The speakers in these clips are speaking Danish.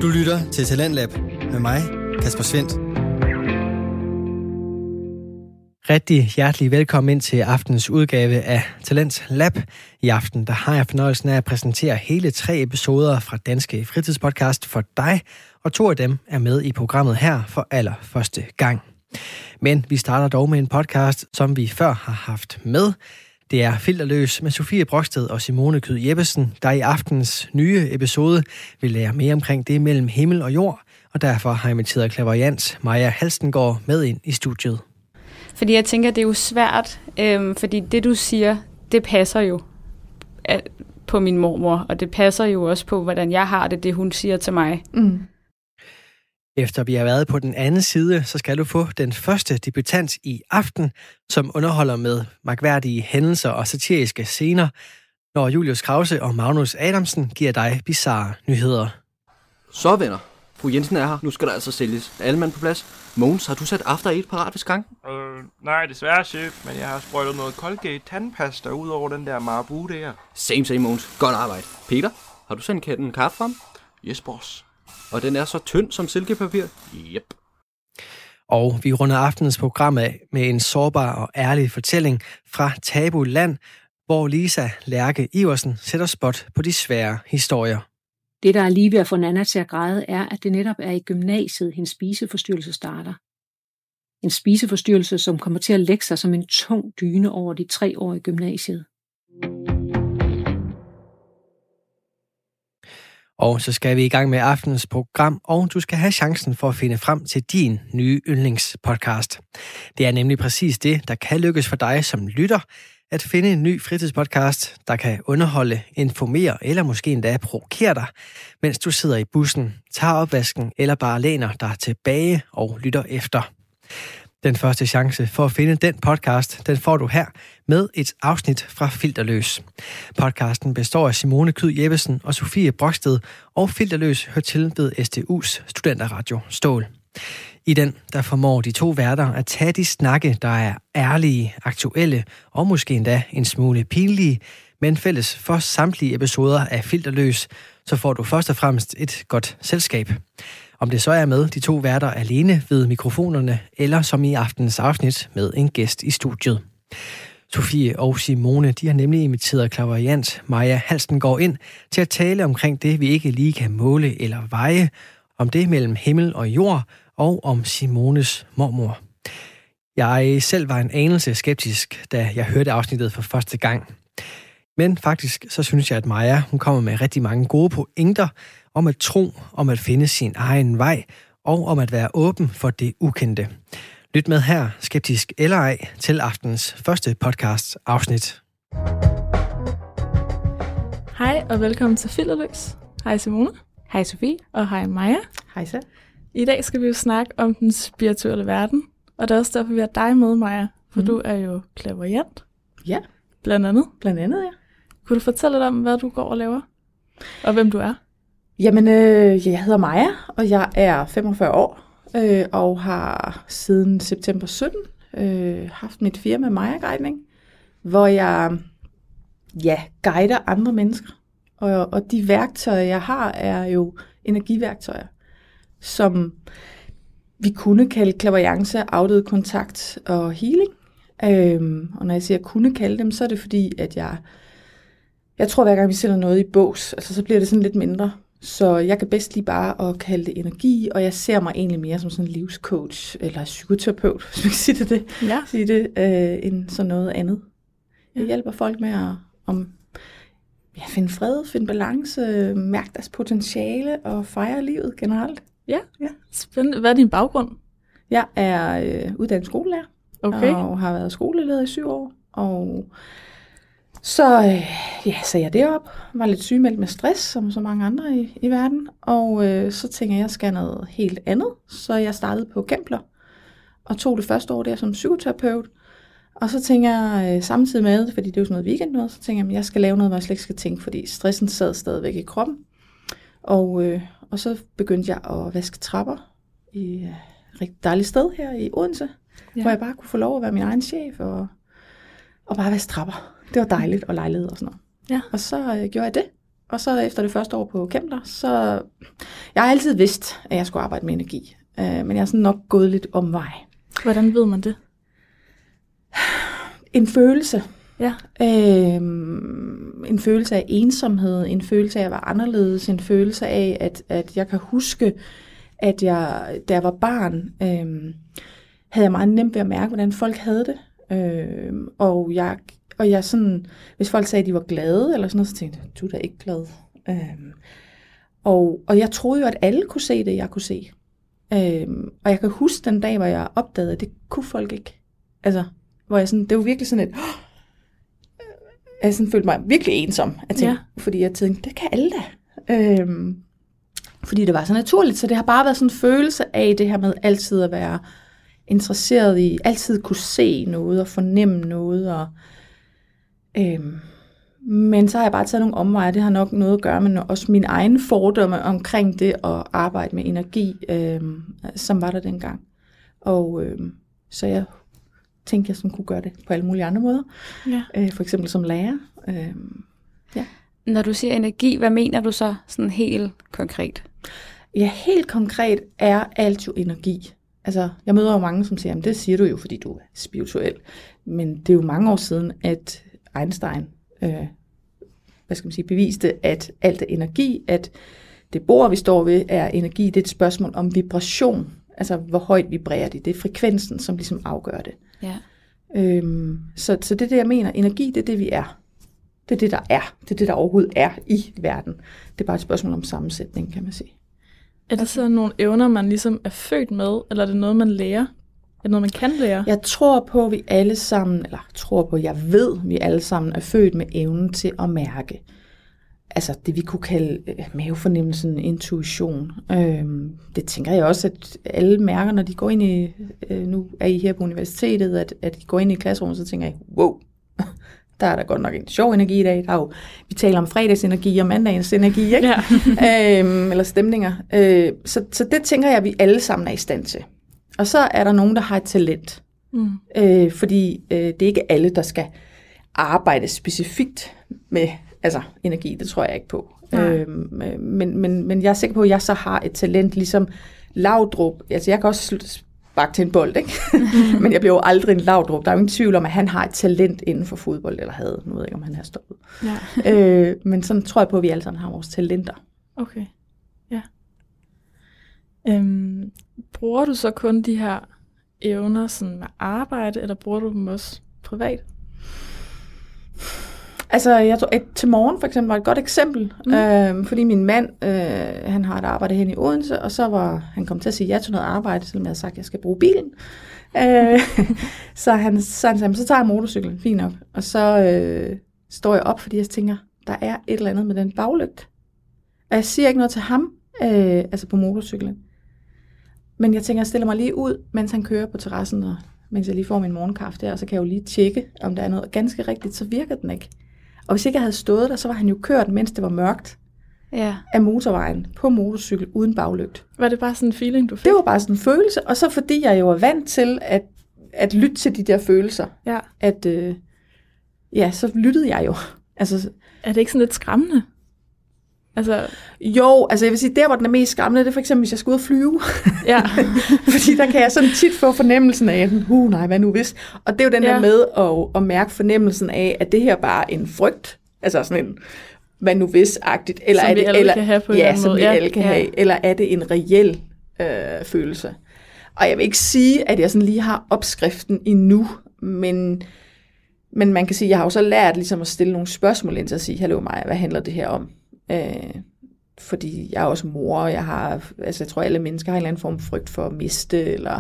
Du lytter til Talentlab med mig, Kasper Svendt. Rigtig hjertelig velkommen ind til aftens udgave af Talentlab. I aften der har jeg fornøjelsen af at præsentere hele 3 episoder fra Danske Fritidspodcast for dig, og 2 af dem er med i programmet her for allerførste gang. Men vi starter dog med en podcast, som vi før har haft med. Det er Filterløs med Sofie Broksted og Simone Kyed Jeppesen, der i aftens nye episode vil lære mere omkring det mellem himmel og jord, og derfor har jeg inviteret clairvoyant Maja Halstengård med ind i studiet. Fordi jeg tænker, det er jo svært, fordi det du siger, det passer jo på min mormor, og det passer jo også på, hvordan jeg har det hun siger til mig. Mm. Efter vi har været på den anden side, så skal du få den første debutant i aften, som underholder med mærkværdige hændelser og satiriske scener, når Julius Krause og Magnus Adamsen giver dig bizarre nyheder. Så venner, fru Jensen er her. Nu skal der altså sælges. Er alle mand på plads? Mogens, har du sat After 8 parat ved skranken? Nej, desværre, chef, men jeg har sprøjtet noget Colgate tandpasta ud over den der Marabu der. Same, Mogens. Godt arbejde. Peter, har du sendt katten en kaffe frem? Yes, boss. Og den er så tynd som silkepapir? Yep. Og vi runder aftenens program af med en sårbar og ærlig fortælling fra Tabuland, hvor Lisa Lærke Iversen sætter spot på de svære historier. Det, der er lige ved at få Nana til at græde, er, at det netop er i gymnasiet, hendes spiseforstyrrelse starter. En spiseforstyrrelse, som kommer til at lægge sig som en tung dyne over de 3 år i gymnasiet. Og så skal vi i gang med aftenens program, og du skal have chancen for at finde frem til din nye yndlingspodcast. Det er nemlig præcis det, der kan lykkes for dig som lytter, at finde en ny fritidspodcast, der kan underholde, informere eller måske endda provokere dig, mens du sidder i bussen, tager opvasken eller bare læner dig tilbage og lytter efter. Den første chance for at finde den podcast, den får du her med et afsnit fra Filterløs. Podcasten består af Simone Kyed Jeppesen og Sofie Broksted, og Filterløs hører til ved SDU's studenterradio Stål. I den, der formår de 2 værter at tage de snakke, der er ærlige, aktuelle og måske endda en smule pinlige, men fælles for samtlige episoder af Filterløs, så får du først og fremmest et godt selskab. Om det så er med de 2 værter alene ved mikrofonerne, eller som i aftens afsnit med en gæst i studiet. Sofie og Simone, de har nemlig inviteret clairvoyant Maja Halstengård ind til at tale omkring det, vi ikke lige kan måle eller veje, om det mellem himmel og jord, og om Simones mormor. Jeg selv var en anelse skeptisk, da jeg hørte afsnittet for første gang. Men faktisk så synes jeg, at Maja hun kommer med rigtig mange gode pointer om at tro, om at finde sin egen vej, og om at være åben for det ukendte. Lyt med her, skeptisk eller ej, til aftens første podcast afsnit. Hej og velkommen til Filterløs. Hej Simone. Hej Sofie. Og hej Maja. Hej så. I dag skal vi jo snakke om den spirituelle verden, og det er også derfor, vi har dig med, Maja, for du er jo clairvoyant. Ja. Blandt andet, ja. Kunne du fortælle lidt om, hvad du går og laver, og hvem du er? Jamen, jeg hedder Maja, og jeg er 45 år, og har siden september 17 haft mit firma Maja Guidning, hvor jeg guider andre mennesker. Og de værktøjer, jeg har, er jo energiværktøjer, som vi kunne kalde clairvoyance, afdød kontakt og healing. Og når jeg siger kunne kalde dem, så er det fordi, at jeg tror, hver gang vi sætter noget i bås, altså, så bliver det sådan lidt mindre. Så jeg kan bedst lige bare at kalde det energi, og jeg ser mig egentlig mere som sådan en livscoach, eller psykoterapeut, hvis man kan sige det, sige det end sådan noget andet. Jeg hjælper folk med at finde fred, finde balance, mærke deres potentiale og fejre livet generelt. Ja. Spændende. Hvad er din baggrund? Jeg er uddannet skolelærer, og har været skoleleder i 7 år, og så sagde jeg det op, var lidt sygemeldt med stress, som så mange andre i verden, og så tænkte jeg skal noget helt andet, så jeg startede på Kempler, og tog det første år der som psykoterapeut, og så tænker jeg samtidig med, fordi det er jo sådan noget weekend noget, så tænker jeg, at jeg skal lave noget, hvor jeg slet ikke skal tænke, fordi stressen sad stadigvæk i kroppen, og så begyndte jeg at vaske trapper i et rigtig dejligt sted her i Odense, hvor jeg bare kunne få lov at være min egen chef, og bare vaske trapper. Det var dejligt, og lejlighed og sådan noget. Ja. Og så gjorde jeg det, Og så efter det første år på Kempler, så jeg har altid vidst, at jeg skulle arbejde med energi. Men jeg har sådan nok gået lidt omvej. Hvordan ved man det? En følelse. Ja. En følelse af ensomhed, en følelse af at være anderledes, en følelse af, at jeg kan huske, at jeg, da jeg var barn, havde jeg meget nemt ved at mærke, hvordan folk havde det. Og jeg sådan, hvis folk sagde, at de var glade, eller sådan noget, så tænkte jeg, du er da ikke glad. Og jeg troede jo, at alle kunne se det, jeg kunne se. Og jeg kan huske den dag, hvor jeg opdagede, at det kunne folk ikke. Altså, hvor jeg sådan, det var virkelig sådan et, jeg sådan følte mig virkelig ensom. Fordi jeg tænkte, det kan alle da. Fordi det var så naturligt, så det har bare været sådan en følelse af det her med altid at være interesseret i, altid kunne se noget og fornemme noget. Og, men så har jeg bare taget nogle omveje, det har nok noget at gøre med også mine egne fordomme omkring det at arbejde med energi, som var der dengang. Og så jeg tænkte, jeg sådan kunne gøre det på alle mulige andre måder. Ja. For eksempel som lærer. Ja. Når du siger energi, hvad mener du så sådan helt konkret? Ja, helt konkret er alt jo energi. Altså, jeg møder jo mange, som siger, det siger du jo, fordi du er spirituel. Men det er jo mange år siden, at Einstein beviste, at alt er energi, at det bord, vi står ved, er energi. Det er et spørgsmål om vibration. Altså, hvor højt vibrerer det. Det er frekvensen, som ligesom afgør det. Ja. Så det er det, jeg mener. Energi, det er det, vi er. Det er det, der er. Det er det, der overhovedet er i verden. Det er bare et spørgsmål om sammensætning, kan man sige. Er det så nogle evner, man ligesom er født med, eller er det noget, man lærer? Er det noget, man kan lære? Jeg tror på, at vi alle sammen, jeg ved, at vi alle sammen er født med evnen til at mærke. Altså det, vi kunne kalde mavefornemmelsen, intuition. Det tænker jeg også, at alle mærker, når de går ind i, nu er I her på universitetet, at de går ind i klasserummet, så tænker jeg, wow, der er der godt nok en sjov energi i dag. Vi taler om fredagsenergi og mandagens energi, ikke? Ja. Eller stemninger. Så det tænker jeg, at vi alle sammen er i stand til. Og så er der nogen, der har et talent. Fordi det er ikke alle, der skal arbejde specifikt med energi. Det tror jeg ikke på. Men jeg er sikker på, at jeg så har et talent, ligesom Laudrup. Altså jeg kan også sparke til en bold, ikke? Men jeg bliver jo aldrig en Laudrup. Der er jo ingen tvivl om, at han har et talent inden for fodbold, eller havde. Nu ved jeg ikke, om han har stoppet. Ja. Men sådan tror jeg på, at vi alle sammen har vores talenter. Okay, ja. Bruger du så kun de her evner sådan med arbejde, eller bruger du dem også privat? Altså, jeg tror, til morgen for eksempel var et godt eksempel, fordi min mand, han har et arbejde hen i Odense, og så var han kom til at sige ja til noget arbejde, selvom jeg havde sagt, at jeg skal bruge bilen. Så han sagde, så tager jeg motorcyklen, fint nok. Og så står jeg op, fordi jeg tænker, der er et eller andet med den baglygt. Og jeg siger ikke noget til ham, på motorcyklen. Men jeg tænker, jeg stiller mig lige ud, mens han kører på terrassen, og mens jeg lige får min morgenkaffe der, og så kan jeg jo lige tjekke, om der er noget. Og ganske rigtigt, så virker den ikke. Og hvis ikke jeg havde stået der, så var han jo kørt, mens det var mørkt, af motorvejen på motorcykel uden baglygt. Var det bare sådan en feeling, du fik? Det var bare sådan en følelse, og så fordi jeg jo er vant til at lytte til de der følelser, så lyttede jeg jo. Altså, er det ikke sådan lidt skræmmende? Altså, jo, jeg vil sige, der hvor den er mest skræmmende, det er for eksempel, hvis jeg skal ud og flyve. Ja. Fordi der kan jeg sådan tit få fornemmelsen af, nej, hvad nu hvis? Og det er jo den der med at mærke fornemmelsen af, at det her bare er en frygt. Altså sådan en, hvad nu hvis-agtigt. Eller som er det, vi alle kan have på en eller anden måde. Som vi alle kan have. Eller er det en reel følelse? Og jeg vil ikke sige, at jeg sådan lige har opskriften endnu, men man kan sige, at jeg har jo så lært ligesom at stille nogle spørgsmål ind til at sige, hallo Maja, hvad handler det her om? Fordi jeg er også mor, og jeg tror alle mennesker har en eller anden form for frygt for at miste, eller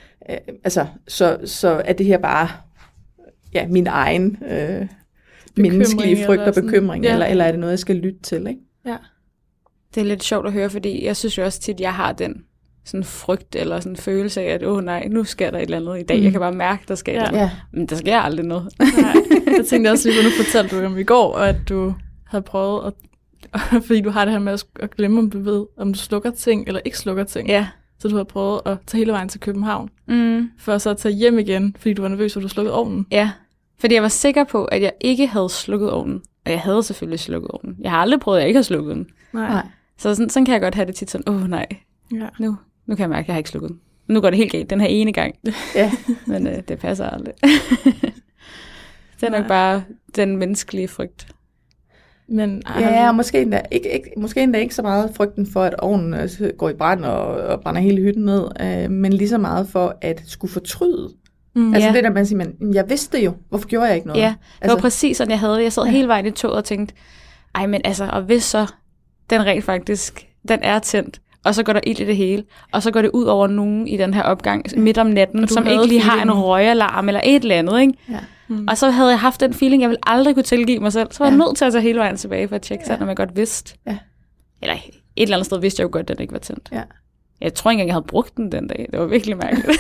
så er det her bare min egen menneskelige frygt og bekymring, eller er det noget, jeg skal lytte til, ikke? Ja. Det er lidt sjovt at høre, fordi jeg synes jo også tit, jeg har den sådan frygt eller sådan følelse af, at nej, nu sker der et eller andet i dag. Jeg kan bare mærke, der sker noget. Men der sker aldrig noget. Nej. Jeg tænkte også lige, nu fortalte du om i går, at du havde prøvet at fordi du har det her med at glemme, om du ved, om du slukker ting eller ikke slukker ting. Ja. Så du har prøvet at tage hele vejen til København, for så at tage hjem igen, fordi du var nervøs, og du slukkede ovnen. Ja, fordi jeg var sikker på, at jeg ikke havde slukket ovnen. Og jeg havde selvfølgelig slukket ovnen. Jeg har aldrig prøvet, at jeg ikke har slukket den. Nej. Så sådan kan jeg godt have det tit sådan, nej, Ja. nu kan jeg mærke, at jeg har ikke slukket den. Nu går det helt galt, den her ene gang. Ja. Men det passer aldrig. Det er nok bare den menneskelige frygt. Men Ja, og måske endda ikke så meget frygten for, at ovnen går i brand og brænder hele hytten ned, men lige så meget for at skulle fortryde. Altså det der, man siger, men jeg vidste det jo. Hvorfor gjorde jeg ikke noget? Ja, det var præcis sådan, jeg havde det. Jeg sad hele vejen i toget og tænkte, men altså, og hvis så den rent faktisk, den er tændt, og så går der ild i det hele, og så går det ud over nogen i den her opgang midt om natten, som ikke lige har en røgalarm eller et eller andet, ikke? Ja. Og så havde jeg haft den feeling, jeg ville aldrig kunne tilgive mig selv. Så var jeg nødt til at tage hele vejen tilbage for at tjekke, selvom jeg godt vidste. Ja. Eller et eller andet sted vidste jeg jo godt, at den ikke var tændt. Ja. Jeg tror ikke engang, jeg havde brugt den den dag. Det var virkelig mærkeligt.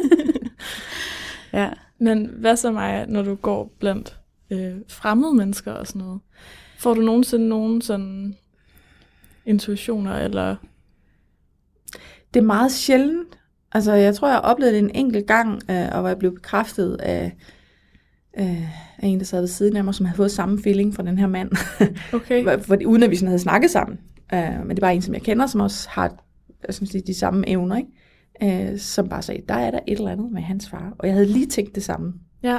Ja. Men hvad så, Maja, når du går blandt fremmede mennesker og sådan noget? Får du nogensinde nogen sådan intuitioner, eller? Det er meget sjældent. Altså, jeg tror, jeg har oplevet det en enkelt gang, og hvor jeg blev bekræftet af en, der sad ved siden af mig, som havde fået samme feeling fra den her mand. Okay. Uden at vi sådan havde snakket sammen. Men det er bare en, som jeg kender, som også har de samme evner, ikke? Som bare sagde, der er der et eller andet med hans far. Og jeg havde lige tænkt det samme. Ja.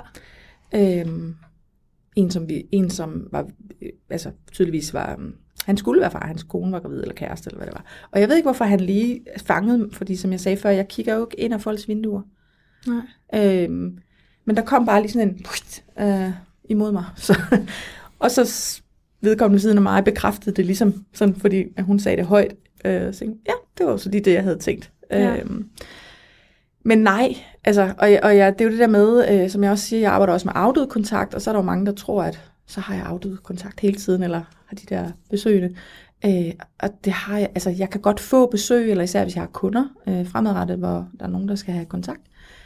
En, som var, altså tydeligvis var, han skulle være far, hans kone var gravid eller kæreste, eller hvad det var. Og jeg ved ikke, hvorfor han lige fangede, fordi som jeg sagde før, jeg kigger jo ikke ind af folks vinduer. Nej. Men der kom bare lige sådan en imod mig. Og så vedkommende siden af mig bekræftede det ligesom, sådan, fordi hun sagde det højt. Så tænkte, ja, det var så lige det, jeg havde tænkt. Ja. Men nej, altså, det er jo det der med, som jeg også siger, jeg arbejder også med afdød kontakt, og så er der jo mange, der tror, at så har jeg afdød kontakt hele tiden, eller har de der besøgende. Og det har jeg, altså jeg kan godt få besøg, eller især hvis jeg har kunder fremadrettet, hvor der er nogen, der skal have kontakt.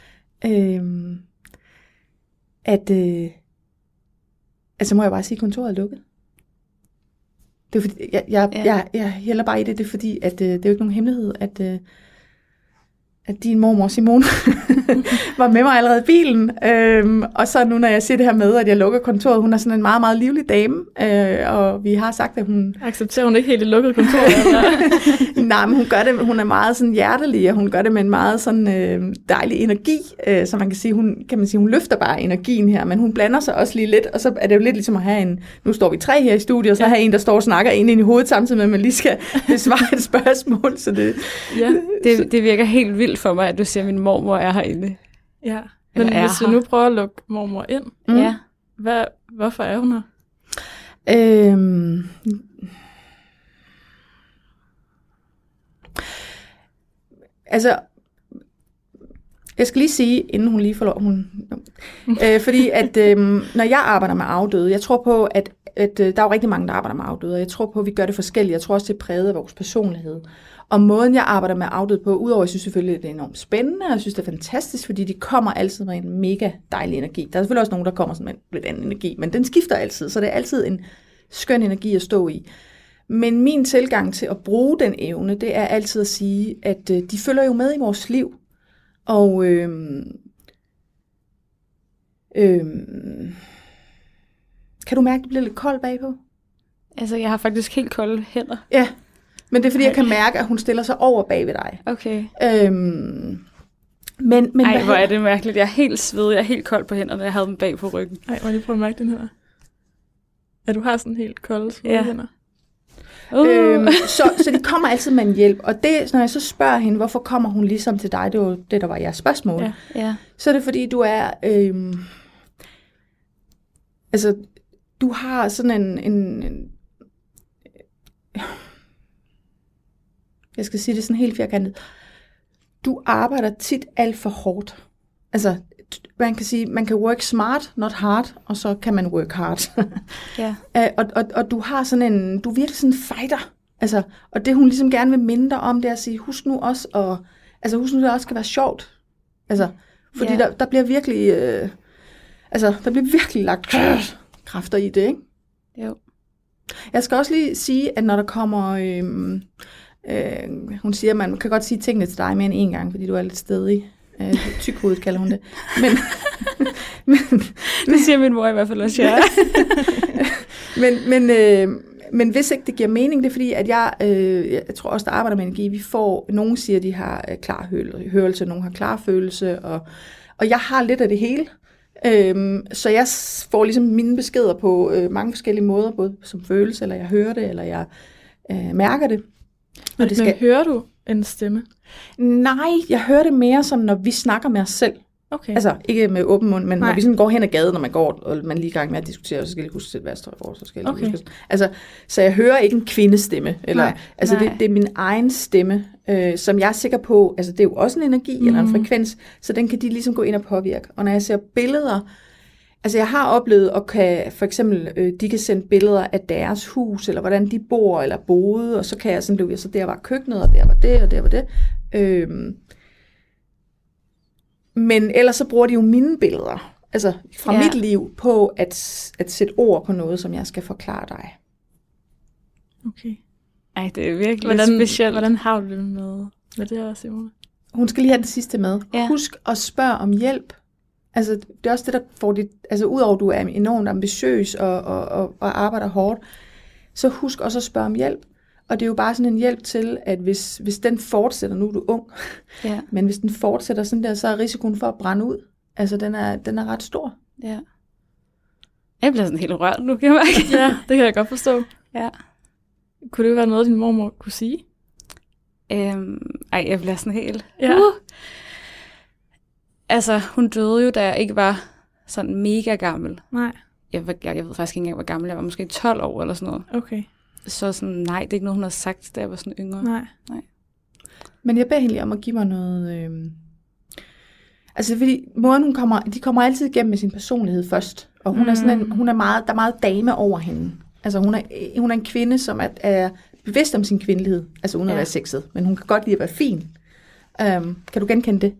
Altså må jeg bare sige, at kontoret er lukket. Det er fordi, jeg hælder bare i det, det er fordi, at det er jo ikke nogen hemmelighed, at din mormor Simone var med mig allerede i bilen. Og så nu, når jeg siger det her med, at jeg lukker kontoret, hun er sådan en meget, meget livlig dame, og vi har sagt, at hun... Accepterer hun ikke helt det lukkede kontor? Eller? Nej, men hun gør det, hun er meget sådan hjertelig, og hun gør det med en meget sådan dejlig energi, så man kan sige, hun løfter bare energien her, men hun blander sig også lige lidt, og så er det jo lidt ligesom at have en, nu står vi 3 her i studiet, og så har en, der står og snakker ind i hovedet, samtidig med, at man lige skal besvare et spørgsmål, så det... Ja, det virker helt vildt for mig, at du siger, at min mormor er herinde. Ja, men hvis vi nu prøver at lukke mormor ind, Ja. Hvorfor er hun her? Altså, jeg skal lige sige, inden hun lige får lov, fordi at når jeg arbejder med afdøde, jeg tror på, at der er jo rigtig mange, der arbejder med afdøde, og jeg tror på, at vi gør det forskelligt. Jeg tror også, det er præget af vores personlighed. Og måden, jeg arbejder med afdøde på, udover jeg synes selvfølgelig, at det er enormt spændende, og jeg synes, det er fantastisk, fordi de kommer altid med en mega dejlig energi. Der er selvfølgelig også nogen, der kommer sådan med en lidt anden energi, men den skifter altid, så det er altid en skøn energi at stå i. Men min tilgang til at bruge den evne, det er altid at sige, at de følger jo med i vores liv. Og kan du mærke, at det bliver lidt koldt bagpå? Altså, jeg har faktisk helt kolde hænder. Ja, men det er fordi, jeg kan mærke, at hun stiller sig over bag ved dig. Okay. Men ej, hvor er det mærkeligt. Jeg er helt svedig, jeg er helt kold på hænderne, jeg havde dem bag på ryggen. Ej, må jeg lige prøve at mærke den her? Ja, du har sådan helt kolde svede hænder. Så de kommer altid med en hjælp, og det, når jeg så spørger hende, hvorfor kommer hun ligesom til dig, det var det, der var jeres spørgsmål, Ja. Så er det fordi, du er, altså, du har sådan en jeg skal sige det sådan helt firkantet, du arbejder tit alt for hårdt. Altså, man kan sige, man kan work smart, not hard, og så kan man work hard. Ja. Og du har sådan en, du er virkelig sådan en fighter. Altså, og det hun ligesom gerne vil minde dig om, det er at sige, husk nu også, at det også skal være sjovt. Altså, fordi der bliver virkelig, der bliver virkelig lagt kræfter i det, ikke? Jo. Jeg skal også lige sige, at når der kommer, hun siger, at man kan godt sige tingene til dig mere end 1 gang, fordi du er lidt stedig. Tykhovedet kalder hun det. Men det siger min mor i hvert fald også, ja. Men hvis ikke det giver mening, det er fordi, at jeg tror også, der arbejder med energi, nogen siger, at de har klar hørelse, nogen har klar følelse, og jeg har lidt af det hele. Så jeg får ligesom mine beskeder på mange forskellige måder, både som følelse, eller jeg hører det, eller jeg mærker det. Men hører du en stemme? Nej, jeg hører det mere som, når vi snakker med os selv. Okay. Altså, ikke med åben mund, men når vi sådan går hen ad gaden, når man går, og man lige er i gang med at diskutere, så skal jeg huske, hvad jeg står for, så skal jeg huske. Altså, så jeg hører ikke en kvindestemme, eller, det er min egen stemme, som jeg er sikker på, altså det er jo også en energi, eller en frekvens, så den kan de ligesom gå ind og påvirke. Og når jeg ser billeder, altså jeg har oplevet, og kan for eksempel, de kan sende billeder af deres hus, eller hvordan de bor, eller boede, og så kan jeg sådan blive, så der var køkkenet, og der var det, og der var det. Men ellers så bruger de jo mine billeder, altså fra mit liv, på at sætte ord på noget, som jeg skal forklare dig. Okay. Ej, det er virkelig specielt. Hvordan har du det med det her, Simone? Hun skal lige have det sidste med. Ja. Husk at spørge om hjælp. Altså, det er også det, der får dit... Altså, udover at du er enormt ambitiøs og arbejder hårdt, så husk også at spørge om hjælp. Og det er jo bare sådan en hjælp til, at hvis den fortsætter, nu er du ung, men hvis den fortsætter sådan der, så er risikoen for at brænde ud. Altså, den er ret stor. Ja. Jeg bliver sådan helt rørt nu, kan jeg mærke. Ja, det kan jeg godt forstå. Ja. Kunne det være noget, din mormor kunne sige? Jeg bliver sådan helt... Ja. Altså, hun døde jo, da jeg ikke var sådan mega gammel. Nej. Jeg ved faktisk ikke engang, hvor gammel jeg var. Måske 12 år eller sådan noget. Okay. Så sådan, nej, det er ikke noget, hun har sagt, da jeg var sådan yngre. Nej. Men jeg beder hende om at give mig noget... Altså, fordi måden de kommer altid igennem med sin personlighed først. Og hun er sådan der er meget dame over hende. Altså, hun er en kvinde, som er bevidst om sin kvindelighed. Altså, uden at være sexet. Men hun kan godt lide at være fin. Kan du genkende det?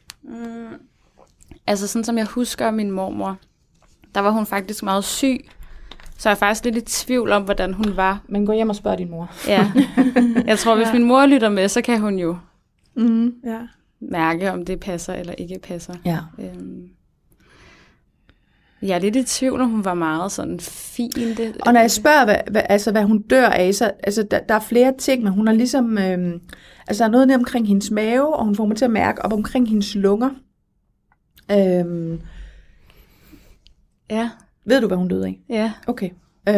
Altså, sådan som jeg husker min mormor, der var hun faktisk meget syg. Så jeg er faktisk lidt i tvivl om, hvordan hun var. Men gå hjem og spørg din mor. Ja. Jeg tror, hvis min mor lytter med, så kan hun jo mærke, om det passer eller ikke passer. Ja. Jeg er lidt i tvivl, om hun var meget sådan fin. Og når jeg spørger, hvad hun dør af, så altså, der er flere ting, men hun er ligesom... altså, der er noget ned omkring hendes mave, og hun får mig til at mærke op omkring hendes lunger. Ja. Ved du, hvad hun døde af? Ja. Okay.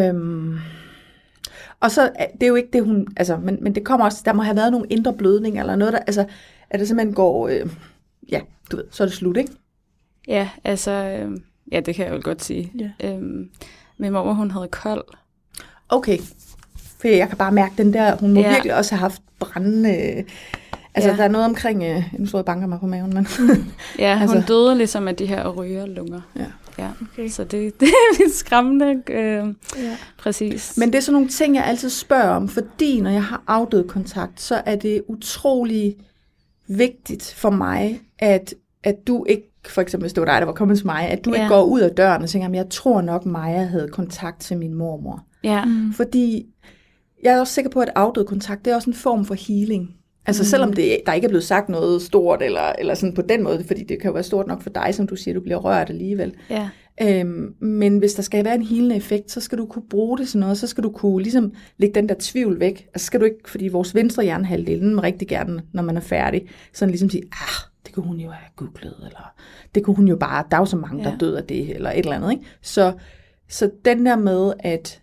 Og så, det er jo ikke det, hun... Altså, men det kommer også... Der må have været nogle indre blødninger, eller noget, der... Altså, at det simpelthen går... du ved, så er det slut, ikke? Ja, altså... ja, det kan jeg jo godt sige. Ja. Min mormor, hun havde kold. Okay. For jeg kan bare mærke den der... Hun må virkelig også have haft brændende... Altså, der er noget omkring... nu tror jeg, banker mig på maven, men... ja, hun altså, døde ligesom af de her rygerlunger. Ja. Ja, okay. Så det er lidt skræmmende. Præcis. Men det er sådan nogle ting, jeg altid spørger om, fordi når jeg har afdød kontakt, så er det utrolig vigtigt for mig, at du ikke, for eksempel hvis det var dig, der var kommet til mig, at du ikke går ud af døren og tænker, jeg tror nok, Maja havde kontakt til min mormor. Ja. Fordi jeg er også sikker på, at afdød kontakt, det er også en form for healing. Altså selvom der ikke er blevet sagt noget stort, eller sådan på den måde, fordi det kan jo være stort nok for dig, som du siger, du bliver rørt alligevel. Ja. Men hvis der skal være en healende effekt, så skal du kunne bruge det sådan noget, så skal du kunne ligesom lægge den der tvivl væk. Altså skal du ikke, fordi vores venstre hjernehalvdel, den må rigtig gerne, når man er færdig, sådan ligesom sige, det kunne hun jo have googlet, eller det kunne hun jo bare, der er jo så mange, der døde af det, eller et eller andet, ikke? Så den der med,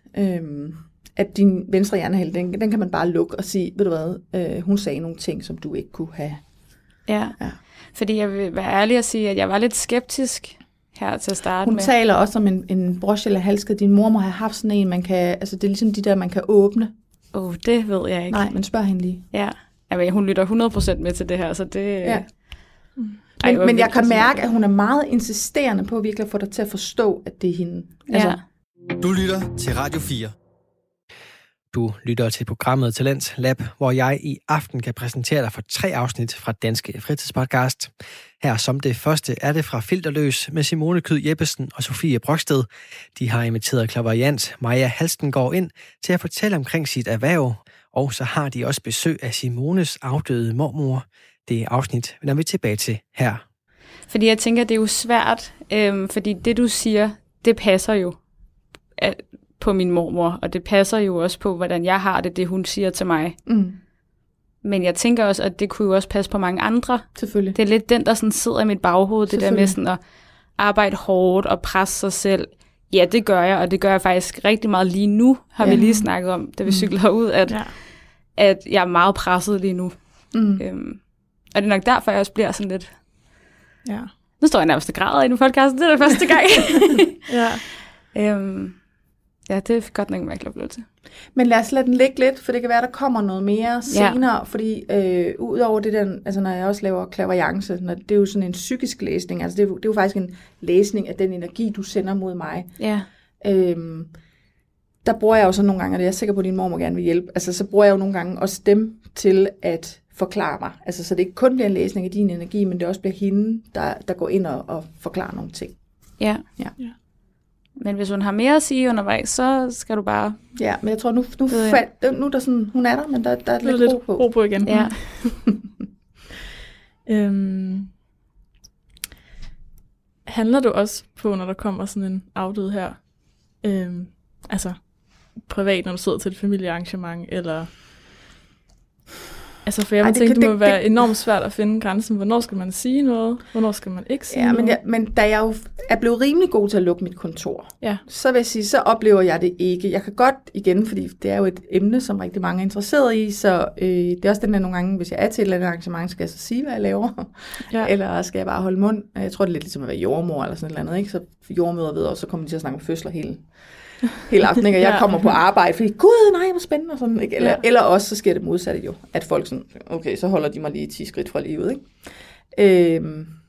at din venstre hjernehalvdel, den kan man bare lukke og sige, ved du hvad, hun sagde nogle ting, som du ikke kunne have. Ja. Fordi jeg vil være ærlig at sige, at jeg var lidt skeptisk her til at starte med. Hun taler også om en broche eller halskæde. Din mor må have haft sådan en, man kan, altså det er ligesom de der, man kan åbne. Det ved jeg ikke. Nej, men spørg hende lige. Ja, men hun lytter 100% med til det her, så det... Ja. Men jeg kan mærke, at hun er meget insisterende på virkelig at få dig til at forstå, at det er hende. Altså. Du lytter til Radio 4. Du lytter til programmet Talents Lab, hvor jeg i aften kan præsentere dig for 3 afsnit fra Danske Fritidspodcast. Her som det første er det fra Filterløs med Simone Kyed Jeppesen og Sofie Broksted. De har inviteret klaverjant Maja Halstengaard ind til at fortælle omkring sit erhverv, og så har de også besøg af Simones afdøde mormor. Det afsnit vender vi tilbage til her. Fordi jeg tænker, det er jo svært, fordi det du siger, det passer jo. på min mormor, og det passer jo også på, hvordan jeg har det hun siger til mig. Mm. Men jeg tænker også, at det kunne jo også passe på mange andre. Selvfølgelig. Det er lidt den, der sådan sidder i mit baghoved, det der med sådan at arbejde hårdt og presse sig selv. Ja, det gør jeg, og det gør jeg faktisk rigtig meget lige nu, har vi lige snakket om, da vi cykler ud, at jeg er meget presset lige nu. Mm. Og det er nok derfor, jeg også bliver sådan lidt... Ja. Nu står jeg nærmest og græder i den podcast, det er det første gang. Ja, det er godt nok en mærkelig oplevelse. Men lad os lade den ligge lidt, for det kan være, der kommer noget mere senere, fordi udover det der, altså når jeg også laver clairvoyance, det er jo sådan en psykisk læsning, altså det er jo faktisk en læsning af den energi, du sender mod mig. Ja. Der bruger jeg jo så nogle gange, og det er jeg sikker på, at din mor må gerne vil hjælpe, altså så bruger jeg jo nogle gange også dem til at forklare mig, altså så det ikke kun bliver en læsning af din energi, men det også bliver hende, der går ind og forklarer nogle ting. Ja. Men hvis hun har mere at sige undervejs, så skal du bare... Ja, men jeg tror, nu er der sådan, hun er der, men der er lidt ro på. Ro på igen. Ja. Handler du også på, når der kommer sådan en afdød her, altså privat, når du sidder til et familiearrangement, eller... Altså, for jeg tænkte, det må være enormt svært at finde grænsen. Hvornår skal man sige noget? Hvornår skal man ikke sige noget? Men da jeg jo er blevet rimelig god til at lukke mit kontor, så vil jeg sige, så oplever jeg det ikke. Jeg kan godt igen, fordi det er jo et emne, som rigtig mange er interesseret i, så det er også den der nogle gange, hvis jeg er til et eller andet arrangement, skal jeg så sige, hvad jeg laver? Eller skal jeg bare holde mund? Jeg tror, det er lidt ligesom at være jordmor eller sådan et eller andet, ikke? Så jordmøder ved, og så kommer de til at snakke om fødsler hele aften, ikke? Og jeg kommer på arbejde, fordi gud, nej, hvor spændende, og sådan, ikke? Eller også, så sker det modsatte jo, at folk sådan, okay, så holder de mig lige 10 skridt fra livet, ikke?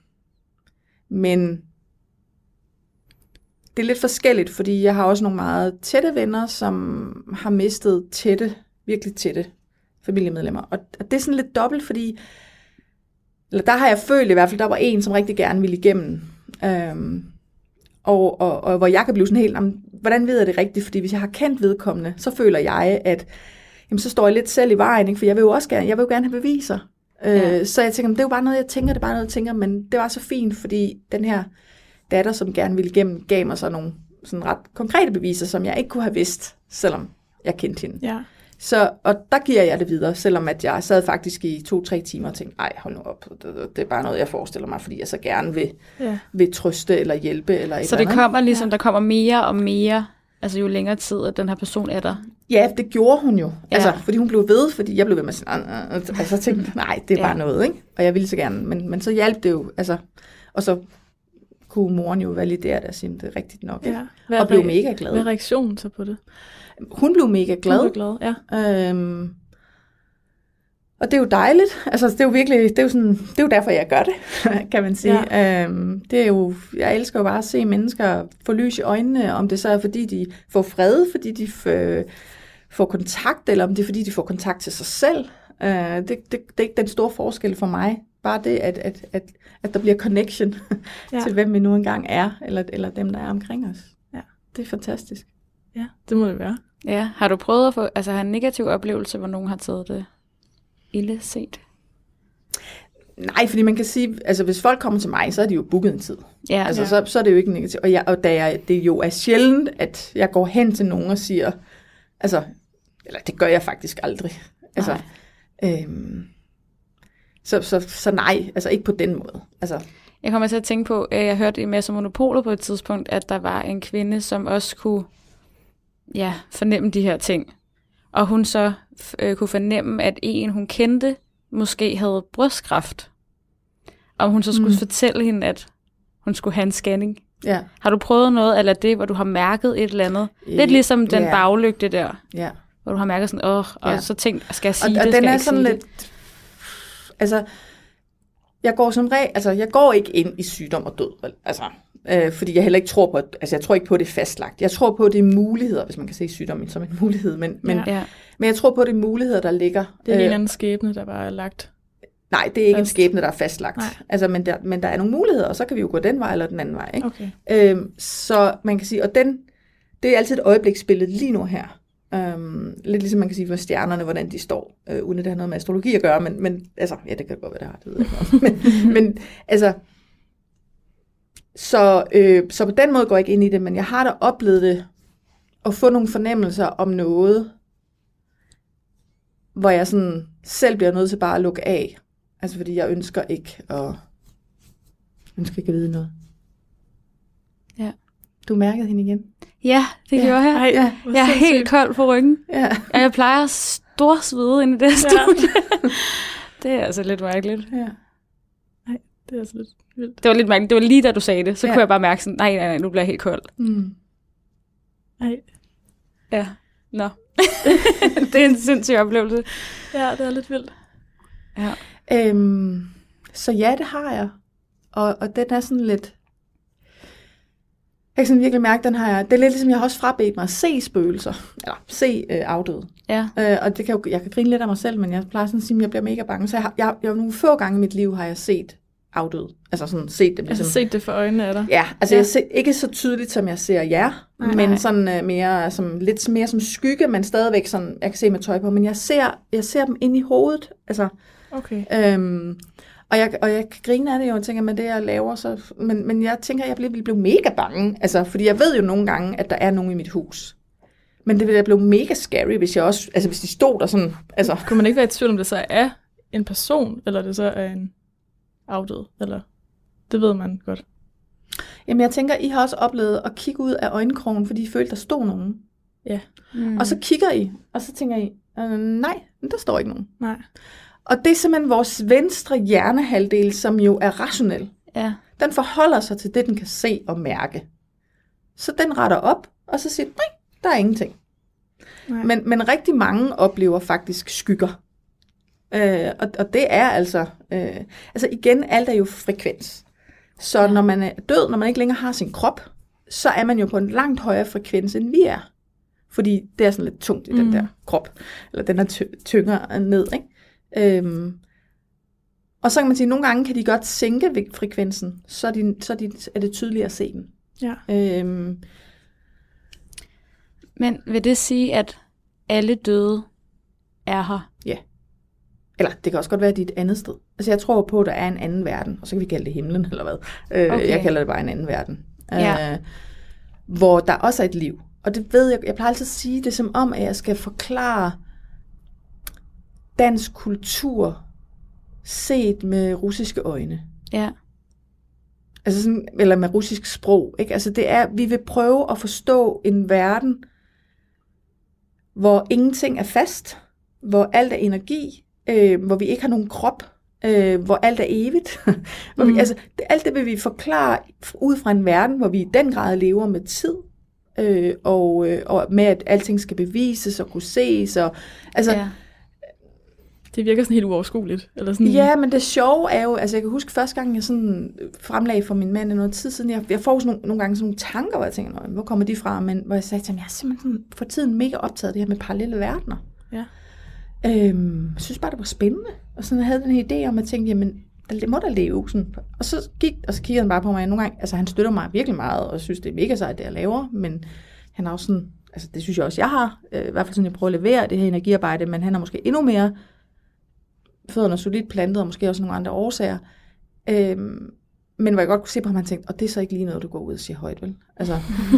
Men det er lidt forskelligt, fordi jeg har også nogle meget tætte venner, som har mistet virkelig tætte familiemedlemmer, og det er sådan lidt dobbelt, fordi eller der har jeg følt i hvert fald, der var en, som rigtig gerne ville igennem, og hvor jeg kan blive sådan helt, hvordan ved jeg det rigtigt? Fordi hvis jeg har kendt vedkommende, så føler jeg, at jamen, så står jeg lidt selv i vejen, ikke? For jeg vil jo gerne have beviser. Så jeg tænker, det er jo bare noget, jeg tænker, men det var så fint, fordi den her datter, som gerne ville igennem, gav mig så nogle sådan ret konkrete beviser, som jeg ikke kunne have vidst, selvom jeg kendte hende. Ja. Så, og der giver jeg det videre, selvom at jeg sad faktisk i 2-3 timer og tænkte, ej, hold nu op, det er bare noget, jeg forestiller mig, fordi jeg så gerne vil trøste eller hjælpe. Eller et så det kommer ligesom, der kommer mere og mere, altså jo længere tid, at den her person er der? Ja, det gjorde hun jo, altså, fordi hun blev ved, fordi jeg blev ved med sådan, altså jeg tænkte, nej, det er bare noget, ikke? Og jeg ville så gerne, men så hjalp det jo, altså, og så kunne moren jo validere det og sige, det er rigtigt nok, og blev mega glad. Hvad er reaktionen så på det? Hun blev mega glad. Og det er jo dejligt. Altså, det er jo virkelig, det er jo derfor, jeg gør det, kan man sige. Det er jo, jeg elsker jo bare at se mennesker få lys i øjnene, om det så er, fordi de får fred, fordi de får kontakt, eller om det er, fordi de får kontakt til sig selv. Det er ikke den store forskel for mig. Bare det, at der bliver connection til, hvem vi nu engang er, eller dem, der er omkring os. Ja, det er fantastisk. Ja, det må det være. Ja, har du prøvet at have en negativ oplevelse, hvor nogen har taget det ille set? Nej, fordi man kan sige, altså hvis folk kommer til mig, så er de jo booket en tid. Ja, altså så er det jo ikke negativt. Og det jo er sjældent, at jeg går hen til nogen og siger, altså, eller det gør jeg faktisk aldrig. Altså, så nej, altså ikke på den måde. Altså. Jeg kommer til at tænke på, jeg hørte i Mads & Monopolet på et tidspunkt, at der var en kvinde, som også kunne fornemme de her ting. Og hun så kunne fornemme, at en, hun kendte, måske havde brystkræft. Og hun så skulle fortælle hende, at hun skulle have en scanning. Ja. Har du prøvet noget eller det, hvor du har mærket et eller andet? Lidt ligesom den baglygte der. Ja. Hvor du har mærket sådan, og så tænkt, skal jeg sige det, og skal den jeg er ikke sådan sige lidt, det? Altså, jeg går ikke ind i sygdom og død. Altså, fordi jeg heller ikke tror på, jeg tror ikke på, det er fastlagt. Jeg tror på, det er muligheder, hvis man kan se sygdommen som en mulighed. Men jeg tror på, det er muligheder, der ligger. Det er en eller anden skæbne, der bare er lagt. Nej, det er ikke en skæbne, der er fastlagt. Altså, men der er nogle muligheder, og så kan vi jo gå den vej eller den anden vej. Ikke? Okay. Så man kan sige, og det er altid et øjebliksbillede lige nu her. Lidt ligesom man kan sige med stjernerne, hvordan de står, uden at det har noget med astrologi at gøre, men altså, ja, det kan godt være, det har, det ved jeg ikke. men altså, så på den måde går jeg ikke ind i det, men jeg har da oplevet det at få nogle fornemmelser om noget, hvor jeg sådan selv bliver nødt til bare at lukke af. Altså fordi jeg ønsker ikke at vide noget. Ja. Du mærkede hende igen? Ja, det gjorde jeg. Ej, Ja. hvor Jeg er sindssygt. helt kold på ryggen. Ja. Og jeg plejer at storsvede inde i det studie. Det er altså lidt mærkeligt. Ja. Det er altså lidt vildt. Det var lidt mærkeligt. Det var lige da du sagde det. Så Ja. kunne jeg bare mærke sådan, nej, nu bliver jeg helt kold. Mm. Ej. Ja. Nå. Det er en sindssyg oplevelse. Ja, det er lidt vildt. Ja. Så ja, det har jeg. Og den er sådan lidt... Jeg kan sådan virkelig mærke, den har jeg... Det er lidt ligesom, jeg har også frabedt mig at se spøgelser. Eller se afdøde. Ja. Og det kan jeg kan grine lidt af mig selv, men jeg plejer sådan at sige, at jeg bliver mega bange. Så jeg nogle få gange i mit liv har jeg set afdøde. Altså sådan set dem ligesom... Altså set det for øjnene af dig. Ja, altså jeg ser ikke så tydeligt, som jeg ser jer, men sådan mere som, lidt mere som skygge, men stadigvæk sådan, jeg kan se med tøj på, men jeg ser dem inde i hovedet. Altså, Okay. og jeg kan grine af det jo, og tænker, med det jeg laver, så, men jeg tænker, jeg vil blive mega bange, altså, fordi jeg ved jo nogle gange, at der er nogen i mit hus. Men det ville da blive mega scary, hvis jeg også, altså hvis de stod der sådan, altså. Kunne man ikke være i tvivl, om det så er en person, eller det så er en afdød, eller det ved man godt. Jamen jeg tænker, I har også oplevet at kigge ud af øjenkrogen, fordi I følte, der stod nogen. Ja. Mm. Og så kigger I, og så tænker I, nej, der står ikke nogen. Nej. Og det er simpelthen vores venstre hjernehalvdel, som jo er rationel. Ja. Den forholder sig til det, den kan se og mærke. Så den retter op, og så siger den, nej, der er ingenting. Nej. Men rigtig mange oplever faktisk skygger. Og det er altså igen, alt er jo frekvens. Så når man er død, når man ikke længere har sin krop, så er man jo på en langt højere frekvens, end vi er. Fordi det er sådan lidt tungt i den der krop, eller den er tyngere ned, ikke? Og så kan man sige, at nogle gange kan de godt sænke frekvensen, så er det tydeligt at se dem. Ja. Men vil det sige, at alle døde er her? Ja. Eller det kan også godt være, at de er et andet sted. Altså jeg tror på, at der er en anden verden, og så kan vi kalde det himlen, eller hvad. Okay. Jeg kalder det bare en anden verden. Ja. Hvor der også er et liv. Og det ved jeg plejer altid at sige det som om, at jeg skal forklare dansk kultur set med russiske øjne. Ja. Altså sådan, eller med russisk sprog. Ikke? Altså det er, vi vil prøve at forstå en verden, hvor ingenting er fast, hvor alt er energi, hvor vi ikke har nogen krop, hvor alt er evigt. Hvor vi, altså, alt det vil vi forklare ud fra en verden, hvor vi i den grad lever med tid, og med at alting skal bevises og kunne ses. Og, altså, Ja. Det virker sådan helt uoverskueligt. Eller sådan. Ja, men det sjove er jo, altså jeg kan huske første gang, jeg sådan fremlagde for min mand i noget tid siden, jeg får sådan nogle gange sådan nogle tanker, hvor jeg tænker, hvor kommer de fra? Men hvor jeg sagde til ham, jeg er simpelthen sådan, for tiden mega optaget af det her med parallelle verdener. Ja. Jeg synes bare, det var spændende. Og sådan jeg havde den her idé om, at tænke, jamen, det må da leve. Sådan. Og så kiggede han bare på mig nogle gange. Altså han støtter mig virkelig meget, og synes, det er mega sejt, det jeg laver. Men han har også sådan, altså det synes jeg også, jeg har. I hvert fald sådan, jeg prøver at levere det her energiarbejde, men han har måske endnu mere fødderne solidt plantet, og måske også nogle andre årsager. Men hvor jeg godt kunne se på ham, han tænkte, og det er så ikke lige noget, du går ud og siger højt, vel? Altså,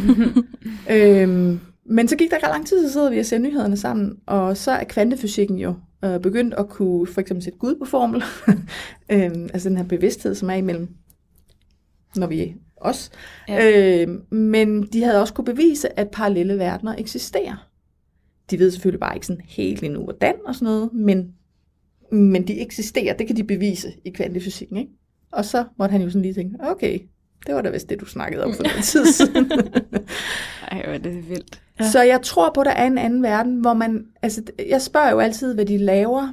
men så gik der ret lang tid, så sidder vi og ser nyhederne sammen, og så er kvantefysikken jo begyndt at kunne for eksempel sætte Gud på formel. Altså den her bevidsthed, som er imellem, når vi er os. Ja. Men de havde også kunne bevise, at parallelle verdener eksisterer. De ved selvfølgelig bare ikke sådan helt endnu, hvordan og sådan noget, men de eksisterer, det kan de bevise i kvantefysikken, ikke? Og så måtte han jo sådan lige tænke, okay, det var da vist det, du snakkede om for noget tid siden. Ej, hvor er det vildt. Ja. Så jeg tror på, at der er en anden verden, hvor man, altså jeg spørger jo altid, hvad de laver.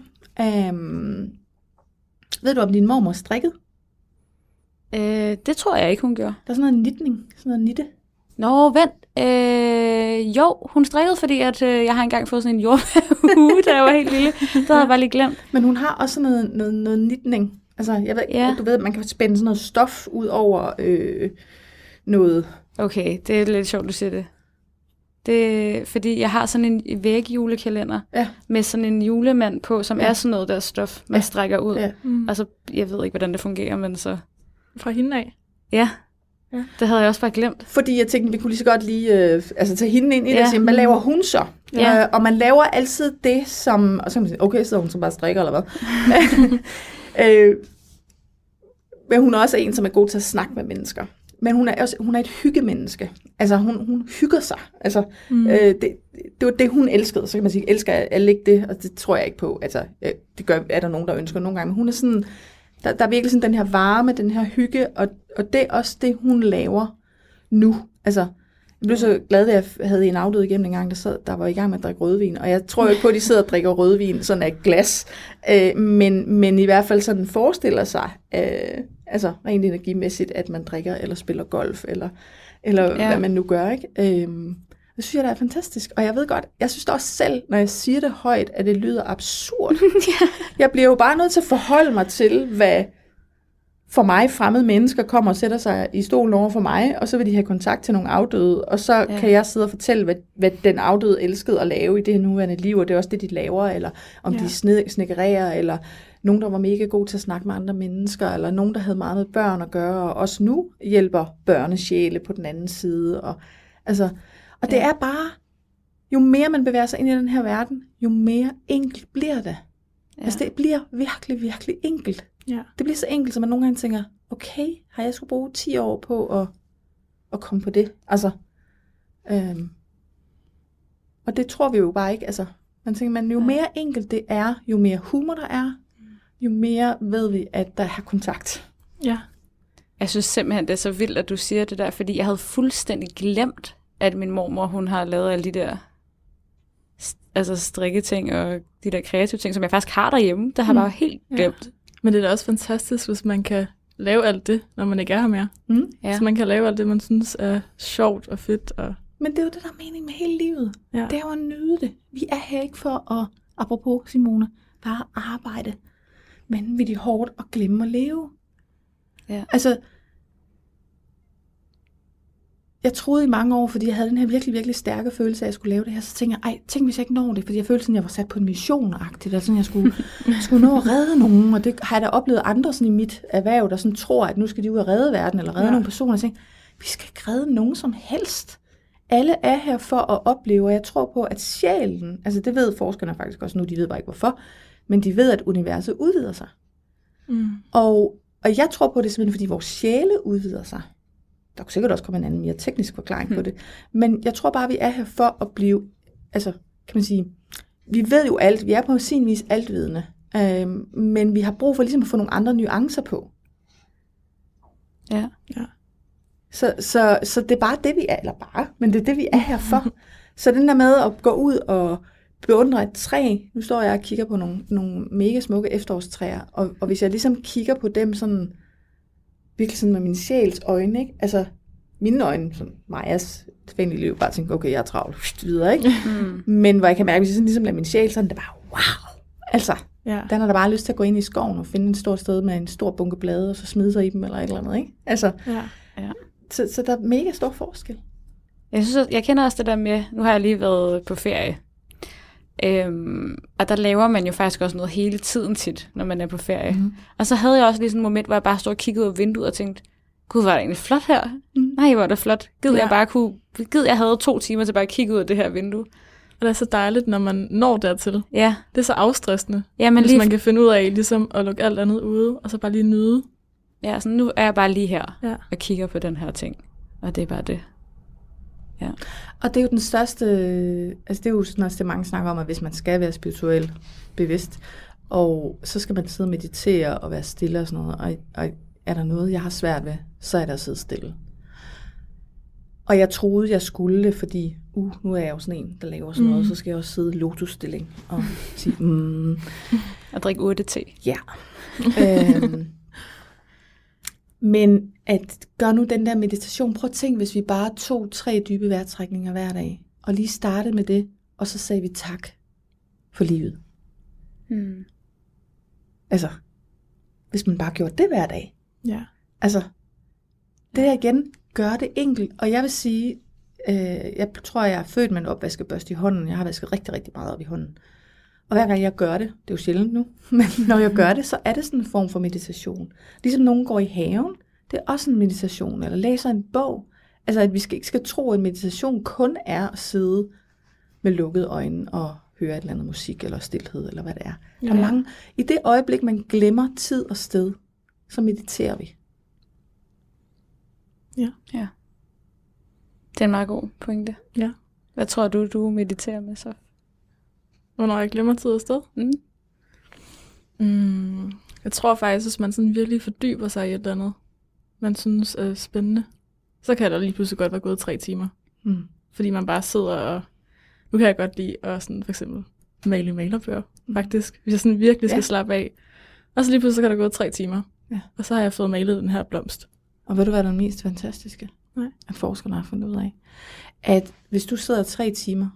Ved du, om din mormor strikkede? Det tror jeg ikke, hun gjorde. Der er sådan noget nitning, sådan noget nitte. Nå, vent. Jo, hun strikkede, fordi at, jeg har engang fået sådan en jordbærhue, da jeg var helt lille. Det havde jeg bare lige glemt. Men hun har også noget nitning. Altså, jeg ved, du ved, man kan spænde sådan noget stof ud over noget. Okay, det er lidt sjovt, du siger det. Det fordi jeg har sådan en vægjulekalender med sådan en julemand på, som er sådan noget der stof, man strækker ud. Ja. Og så, jeg ved ikke, hvordan det fungerer, men så... Fra hende af? Ja. Det havde jeg også bare glemt. Fordi jeg tænkte, vi kunne lige så godt lige tage hende ind i det og sige, hvad laver hun så? Ja. Og man laver altid det, som... Og så kan man sige, okay, så hun så bare strikker, eller hvad? Men hun er også en, som er god til at snakke med mennesker. Men hun er et hyggemenneske. Altså, hun hygger sig. Altså, det var det, hun elskede. Så kan man sige, elsker alle ikke det? Og det tror jeg ikke på. Altså, det er der nogen, der ønsker nogle gange. Men hun er sådan... Der er virkelig sådan den her varme, den her hygge, og det er også det, hun laver nu. Altså, jeg blev så glad, at jeg havde en afdød igennem en gang, der var i gang med at drikke rødvin. Og jeg tror jo ikke på, at de sidder og drikker rødvin sådan af glas. Men i hvert fald sådan forestiller sig, altså rent energimæssigt, at man drikker eller spiller golf, eller hvad man nu gør, ikke? Det synes jeg, der er fantastisk. Og jeg ved godt, jeg synes også selv, når jeg siger det højt, at det lyder absurd. Jeg bliver jo bare nødt til at forholde mig til, hvad for mig fremmede mennesker kommer og sætter sig i stolen over for mig, og så vil de have kontakt til nogle afdøde, og så kan jeg sidde og fortælle, hvad den afdøde elskede at lave i det her nuværende liv, og det er også det, de laver, eller om de snekkererer, eller nogen, der var mega god til at snakke med andre mennesker, eller nogen, der havde meget med børn at gøre, og også nu hjælper børnesjæle på den anden side. Og det er bare, jo mere man bevæger sig ind i den her verden, jo mere enkelt bliver det. Ja. Altså det bliver virkelig, virkelig enkelt. Ja. Det bliver så enkelt, så man nogle gange tænker, okay, har jeg skulle bruge 10 år på at komme på det? Altså, og det tror vi jo bare ikke. Altså, man tænker, jo mere enkelt det er, jo mere humor der er, jo mere ved vi, at der er kontakt. Ja. Jeg synes simpelthen, det er så vildt, at du siger det der, fordi jeg havde fuldstændig glemt, at min mormor, hun har lavet alle de der strikketing og de der kreative ting, som jeg faktisk har derhjemme. Det har jeg bare helt glemt. Ja. Men det er da også fantastisk, hvis man kan lave alt det, når man ikke er her mere. Ja. Så man kan lave alt det, man synes er sjovt og fedt. Men det er jo det, der er mening med hele livet. Ja. Det er jo at nyde det. Vi er her ikke for at, apropos Simone, bare arbejde vanvittigt hårdt og glemme at leve. Ja. Altså, jeg troede i mange år, fordi jeg havde den her virkelig, virkelig stærke følelse af, at jeg skulle lave det her, så tænkte jeg, tænk hvis jeg ikke når det, fordi jeg følte sådan, at jeg var sat på en mission-agtigt, og sådan, jeg skulle nå at redde nogen, og det har jeg da oplevet andre sådan i mit erhverv, der sådan tror, at nu skal de ud og redde verden, eller redde nogle personer, og tænkte, vi skal ikke redde nogen som helst. Alle er her for at opleve, og jeg tror på, at sjælen, altså det ved forskerne faktisk også nu, de ved bare ikke hvorfor, men de ved, at universet udvider sig. Og jeg tror på det simpelthen, fordi vores sjæle udvider sig. Der kunne sikkert også komme en anden mere teknisk forklaring på det. Men jeg tror bare, at vi er her for at blive, altså kan man sige, vi ved jo alt, vi er på sin vis altvidende, men vi har brug for ligesom at få nogle andre nuancer på. Ja. Så det er bare det, vi er, eller bare, men det er det, vi er her for. Så den der med at gå ud og beundre et træ, nu står jeg og kigger på nogle mega smukke efterårstræer, og hvis jeg ligesom kigger på dem sådan, virkelig sådan med min sjæls øjne, ikke? Altså, mine øjne, sådan Majas tilfældige liv, bare tænker, okay, jeg er travlt, videre, ikke? Men hvor jeg kan mærke, hvis jeg sådan ligesom lader min sjæl, sådan, det er bare, wow! Altså, den har da bare lyst til at gå ind i skoven og finde et stort sted med en stor bunke blade, og så smide sig i dem, eller et eller andet, ikke? Altså, så der er mega stor forskel. Jeg kender også det der med, nu har jeg lige været på ferie, og der laver man jo faktisk også noget hele tiden tit, når man er på ferie. Og så havde jeg også lige sådan et moment, hvor jeg bare stod og kiggede ud af vinduet og tænkte, gud, var det egentlig flot her? Nej, hvor er det flot. Jeg havde 2 timer til bare at kigge ud af det her vindue. Og det er så dejligt, når man når dertil. Ja. Det er så afstressende, hvis lige man kan finde ud af ligesom at lukke alt andet ude, og så bare lige nyde. Ja, så nu er jeg bare lige her og kigger på den her ting. Og det er bare det. Ja. Og det er jo den største, altså det er jo sådan også det, mange snakker om, at hvis man skal være spirituelt bevidst, og så skal man sidde og meditere og være stille og sådan noget, og er der noget, jeg har svært ved, så er der at sidde stille. Og jeg troede, jeg skulle det, fordi nu er jeg jo sådan en, der laver sådan noget, så skal jeg også sidde i lotusstilling og sige, og drikke urte-te. Ja. Men at gøre nu den der meditation, prøv at tænke, hvis vi bare tog 3 dybe vejrtrækninger hver dag, og lige startede med det, og så sagde vi tak for livet. Altså, hvis man bare gjorde det hver dag. Ja. Altså, det her igen, gør det enkelt. Og jeg vil sige, jeg tror, jeg er født med en opvaskebørste i hånden. Jeg har vasket rigtig, rigtig meget op i hånden. Og hver gang jeg gør det, det er jo sjældent nu, men når jeg gør det, så er det sådan en form for meditation. Ligesom nogen går i haven, Det er også en meditation, eller læser en bog. Altså, at vi ikke skal tro, at meditation kun er at sidde med lukkede øjne og høre et eller andet musik, eller stilhed, eller hvad det er. Der er mange, i det øjeblik, man glemmer tid og sted, så mediterer vi. Ja. Det er en meget god pointe. Ja. Hvad tror du mediterer med så? Hvornår jeg glemmer tid og sted? Jeg tror faktisk, hvis man sådan virkelig fordyber sig i et eller andet, man synes er spændende, så kan der lige pludselig godt være gået 3 timer. Fordi man bare sidder og... Nu kan jeg godt lide at sådan, for eksempel male malerbøger, faktisk. Hvis jeg sådan virkelig skal slappe af. Og så lige pludselig kan der gå 3 timer. Ja. Og så har jeg fået malet den her blomst. Og ved du, hvad der er den mest fantastiske? Nej. At forskerne har fundet ud af. At hvis du sidder 3 timer,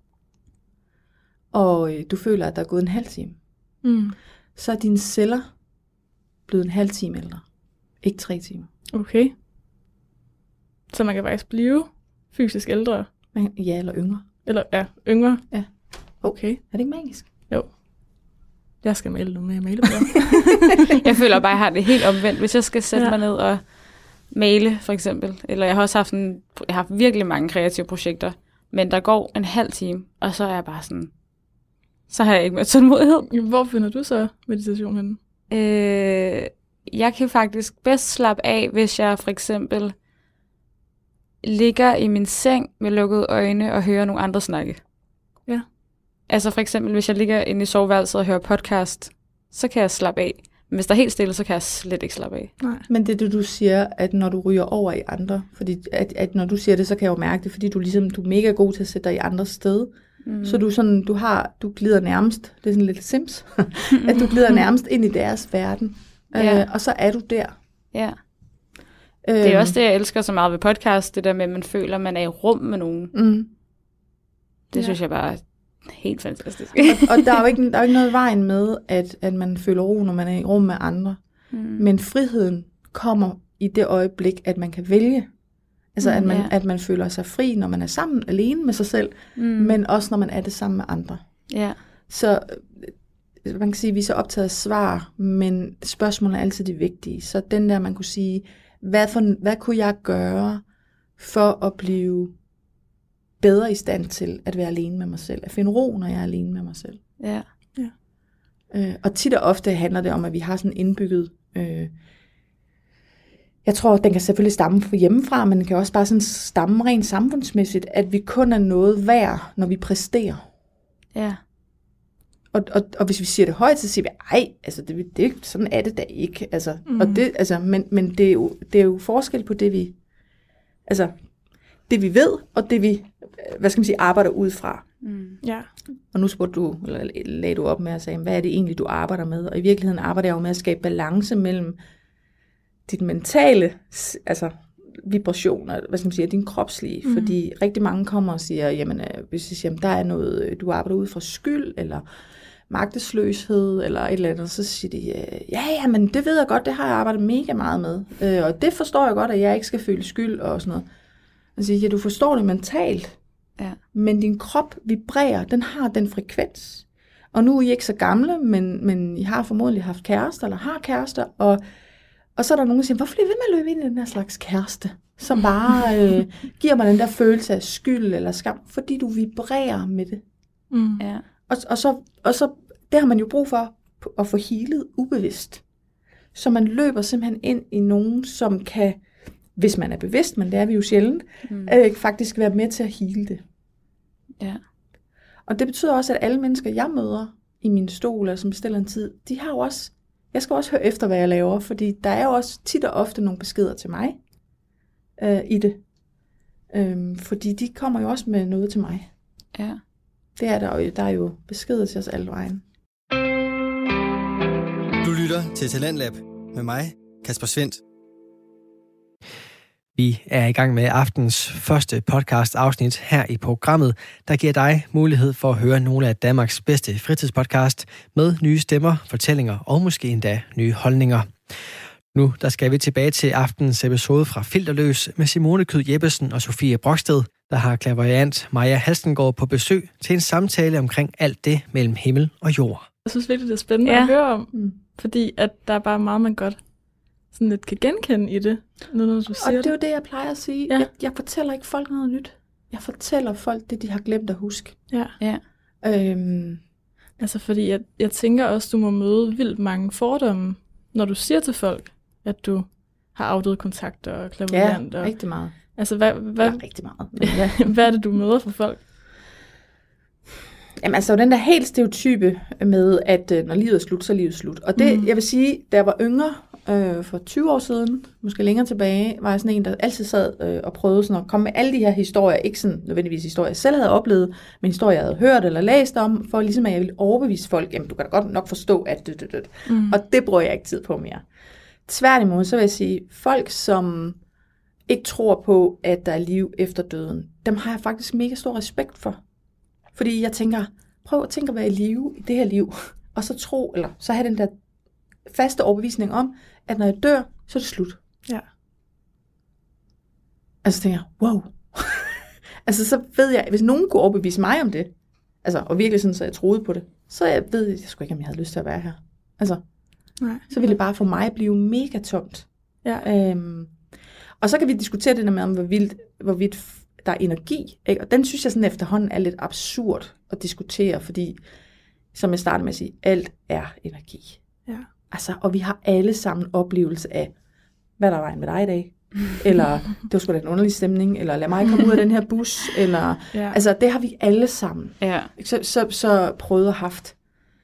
og du føler, at der er gået en halv time, så er dine celler blevet en halv time ældre. Ikke 3 timer. Okay. Så man kan faktisk blive fysisk ældre? Ja, eller yngre. Eller yngre? Ja. Okay. Er det ikke magisk? Jo. Jeg skal male noget mere malebøger. Jeg føler bare, at jeg har det helt omvendt. Hvis jeg skal sætte mig ned og male, for eksempel. Eller jeg har også haft virkelig mange kreative projekter. Men der går en halv time, og så er jeg bare sådan... Så har jeg ikke mere tålmodighed. Hvor finder du så meditation henne? Jeg kan faktisk bedst slappe af, hvis jeg for eksempel ligger i min seng med lukkede øjne og hører nogle andre snakke. Ja. Altså for eksempel, hvis jeg ligger inde i soveværelset og hører podcast, så kan jeg slappe af. Men hvis der er helt stille, så kan jeg slet ikke slappe af. Nej. Men det er det, du siger, at når du ryger over i andre, fordi at når du siger det, så kan jeg jo mærke det, fordi du er mega god til at sætte dig i andres sted. Så du glider nærmest, det er sådan lidt Sims, at du glider nærmest ind i deres verden, og så er du der. Ja. Det er også det, jeg elsker så meget ved podcast, det der med, at man føler, at man er i rum med nogen. Det synes jeg bare er helt fantastisk. og der er jo ikke noget vejen med, at man føler ro, når man er i rum med andre. Men friheden kommer i det øjeblik, at man kan vælge. Altså at man føler sig fri, når man er sammen alene med sig selv, men også når man er det sammen med andre. Ja. Så man kan sige, at vi er så optaget af svar, men spørgsmålene er altid de vigtige. Så den der, man kunne sige, hvad kunne jeg gøre for at blive bedre i stand til at være alene med mig selv? At finde ro, når jeg er alene med mig selv. Ja. Og tit og ofte handler det om, at vi har sådan indbygget... Jeg tror, den kan selvfølgelig stamme fra hjemmefra, men den kan også bare sådan stamme rent samfundsmæssigt, at vi kun er noget værd, når vi præsterer. Ja. Og hvis vi siger det højt, så siger vi, ej, altså det sådan er det da ikke. Altså, og det, altså, men det er jo forskel på det vi ved, og det vi, arbejder ud fra. Ja. Og nu spurgte du, eller lagde du op med at sige, hvad er det egentlig, du arbejder med? Og i virkeligheden arbejder jeg jo med at skabe balance mellem dit mentale, altså vibrationer, din kropslige, fordi rigtig mange kommer og siger, jamen, hvis jeg siger, der er noget, du arbejder ud fra skyld, eller magtesløshed, eller et eller andet, så siger de, ja, men det ved jeg godt, det har jeg arbejdet mega meget med, og det forstår jeg godt, at jeg ikke skal føle skyld, og sådan noget. Og siger, ja, du forstår det mentalt, men din krop vibrerer, den har den frekvens. Og nu er I ikke så gamle, men I har formodentlig haft kærester, eller har kærester, og så er der nogen, der siger, hvorfor bliver I ved med at løbe ind i den her slags kæreste, som bare giver mig den der følelse af skyld eller skam, fordi du vibrerer med det. Ja. Og så det har man jo brug for at få healet ubevidst. Så man løber simpelthen ind i nogen, som kan, hvis man er bevidst, men det er vi jo sjældent, faktisk være med til at heale det. Ja. Og det betyder også, at alle mennesker, jeg møder i min stol, eller som bestiller en tid, de har jo også, jeg skal også høre efter, hvad jeg laver, fordi der er jo også tit og ofte nogle beskeder til mig i det. Fordi de kommer jo også med noget til mig. Ja. Det er der er jo beskeder til os alle vejen. Du lytter til Talentlab med mig, Kasper Svendt. Vi er i gang med aftens første podcast-afsnit her i programmet, der giver dig mulighed for at høre nogle af Danmarks bedste fritidspodcast med nye stemmer, fortællinger og måske endda nye holdninger. Nu der skal vi tilbage til aftens episode fra Filterløs med Simone Kyed Jeppesen og Sofie Broksted, der har clairvoyant Maja Halstengård på besøg til en samtale omkring alt det mellem himmel og jord. Jeg synes virkelig, det er spændende at høre om, fordi at der er bare meget, man godt sådan lidt kan genkende i det, når du siger og det er jo det, jeg plejer at sige. Ja. Jeg fortæller ikke folk noget nyt. Jeg fortæller folk det, de har glemt at huske. Ja. Altså fordi jeg tænker også, du må møde vildt mange fordomme, når du siger til folk, at du har afdøde kontakter og klaverant. Ja, rigtig meget. Altså hvad rigtig meget. hvad er det, du møder for folk? Jamen altså den der helt stereotype med, at når livet er slut, så er livet slut. Og det, jeg vil sige, da jeg var yngre, for 20 år siden, måske længere tilbage, var jeg sådan en, der altid sad og prøvede sådan at komme med alle de her historier, ikke sådan nødvendigvis historier, jeg selv havde oplevet, men historier, jeg havde hørt eller læst om, for ligesom at jeg ville overbevise folk, jamen du kan da godt nok forstå, at Og det bruger jeg ikke tid på mere. Tværtimod, så vil jeg sige, folk som ikke tror på, at der er liv efter døden, dem har jeg faktisk mega stor respekt for. Fordi jeg tænker, prøv at tænke at være i live i det her liv, og så tro, eller så have den der faste overbevisning om, at når jeg dør, så er det slut. Ja. Altså tænker jeg, wow. Altså så ved jeg, hvis nogen kunne overbevise mig om det, altså, og virkelig sådan, så jeg troede på det, så ved jeg sgu ikke, om jeg havde lyst til at være her. Altså, nej. Så ville det bare for mig blive mega tomt. Ja. Og så kan vi diskutere det der med, om hvorvidt der er energi. Ikke? Og den synes jeg sådan efterhånden er lidt absurd at diskutere, fordi, som jeg startede med at sige, alt er energi. Ja. Altså, og vi har alle sammen oplevelse af, hvad der var med dig i dag. Eller, det var sgu da en underlig stemning, eller lad mig komme ud af den her bus, eller, altså, det har vi alle sammen. Ja. Så prøvet og haft.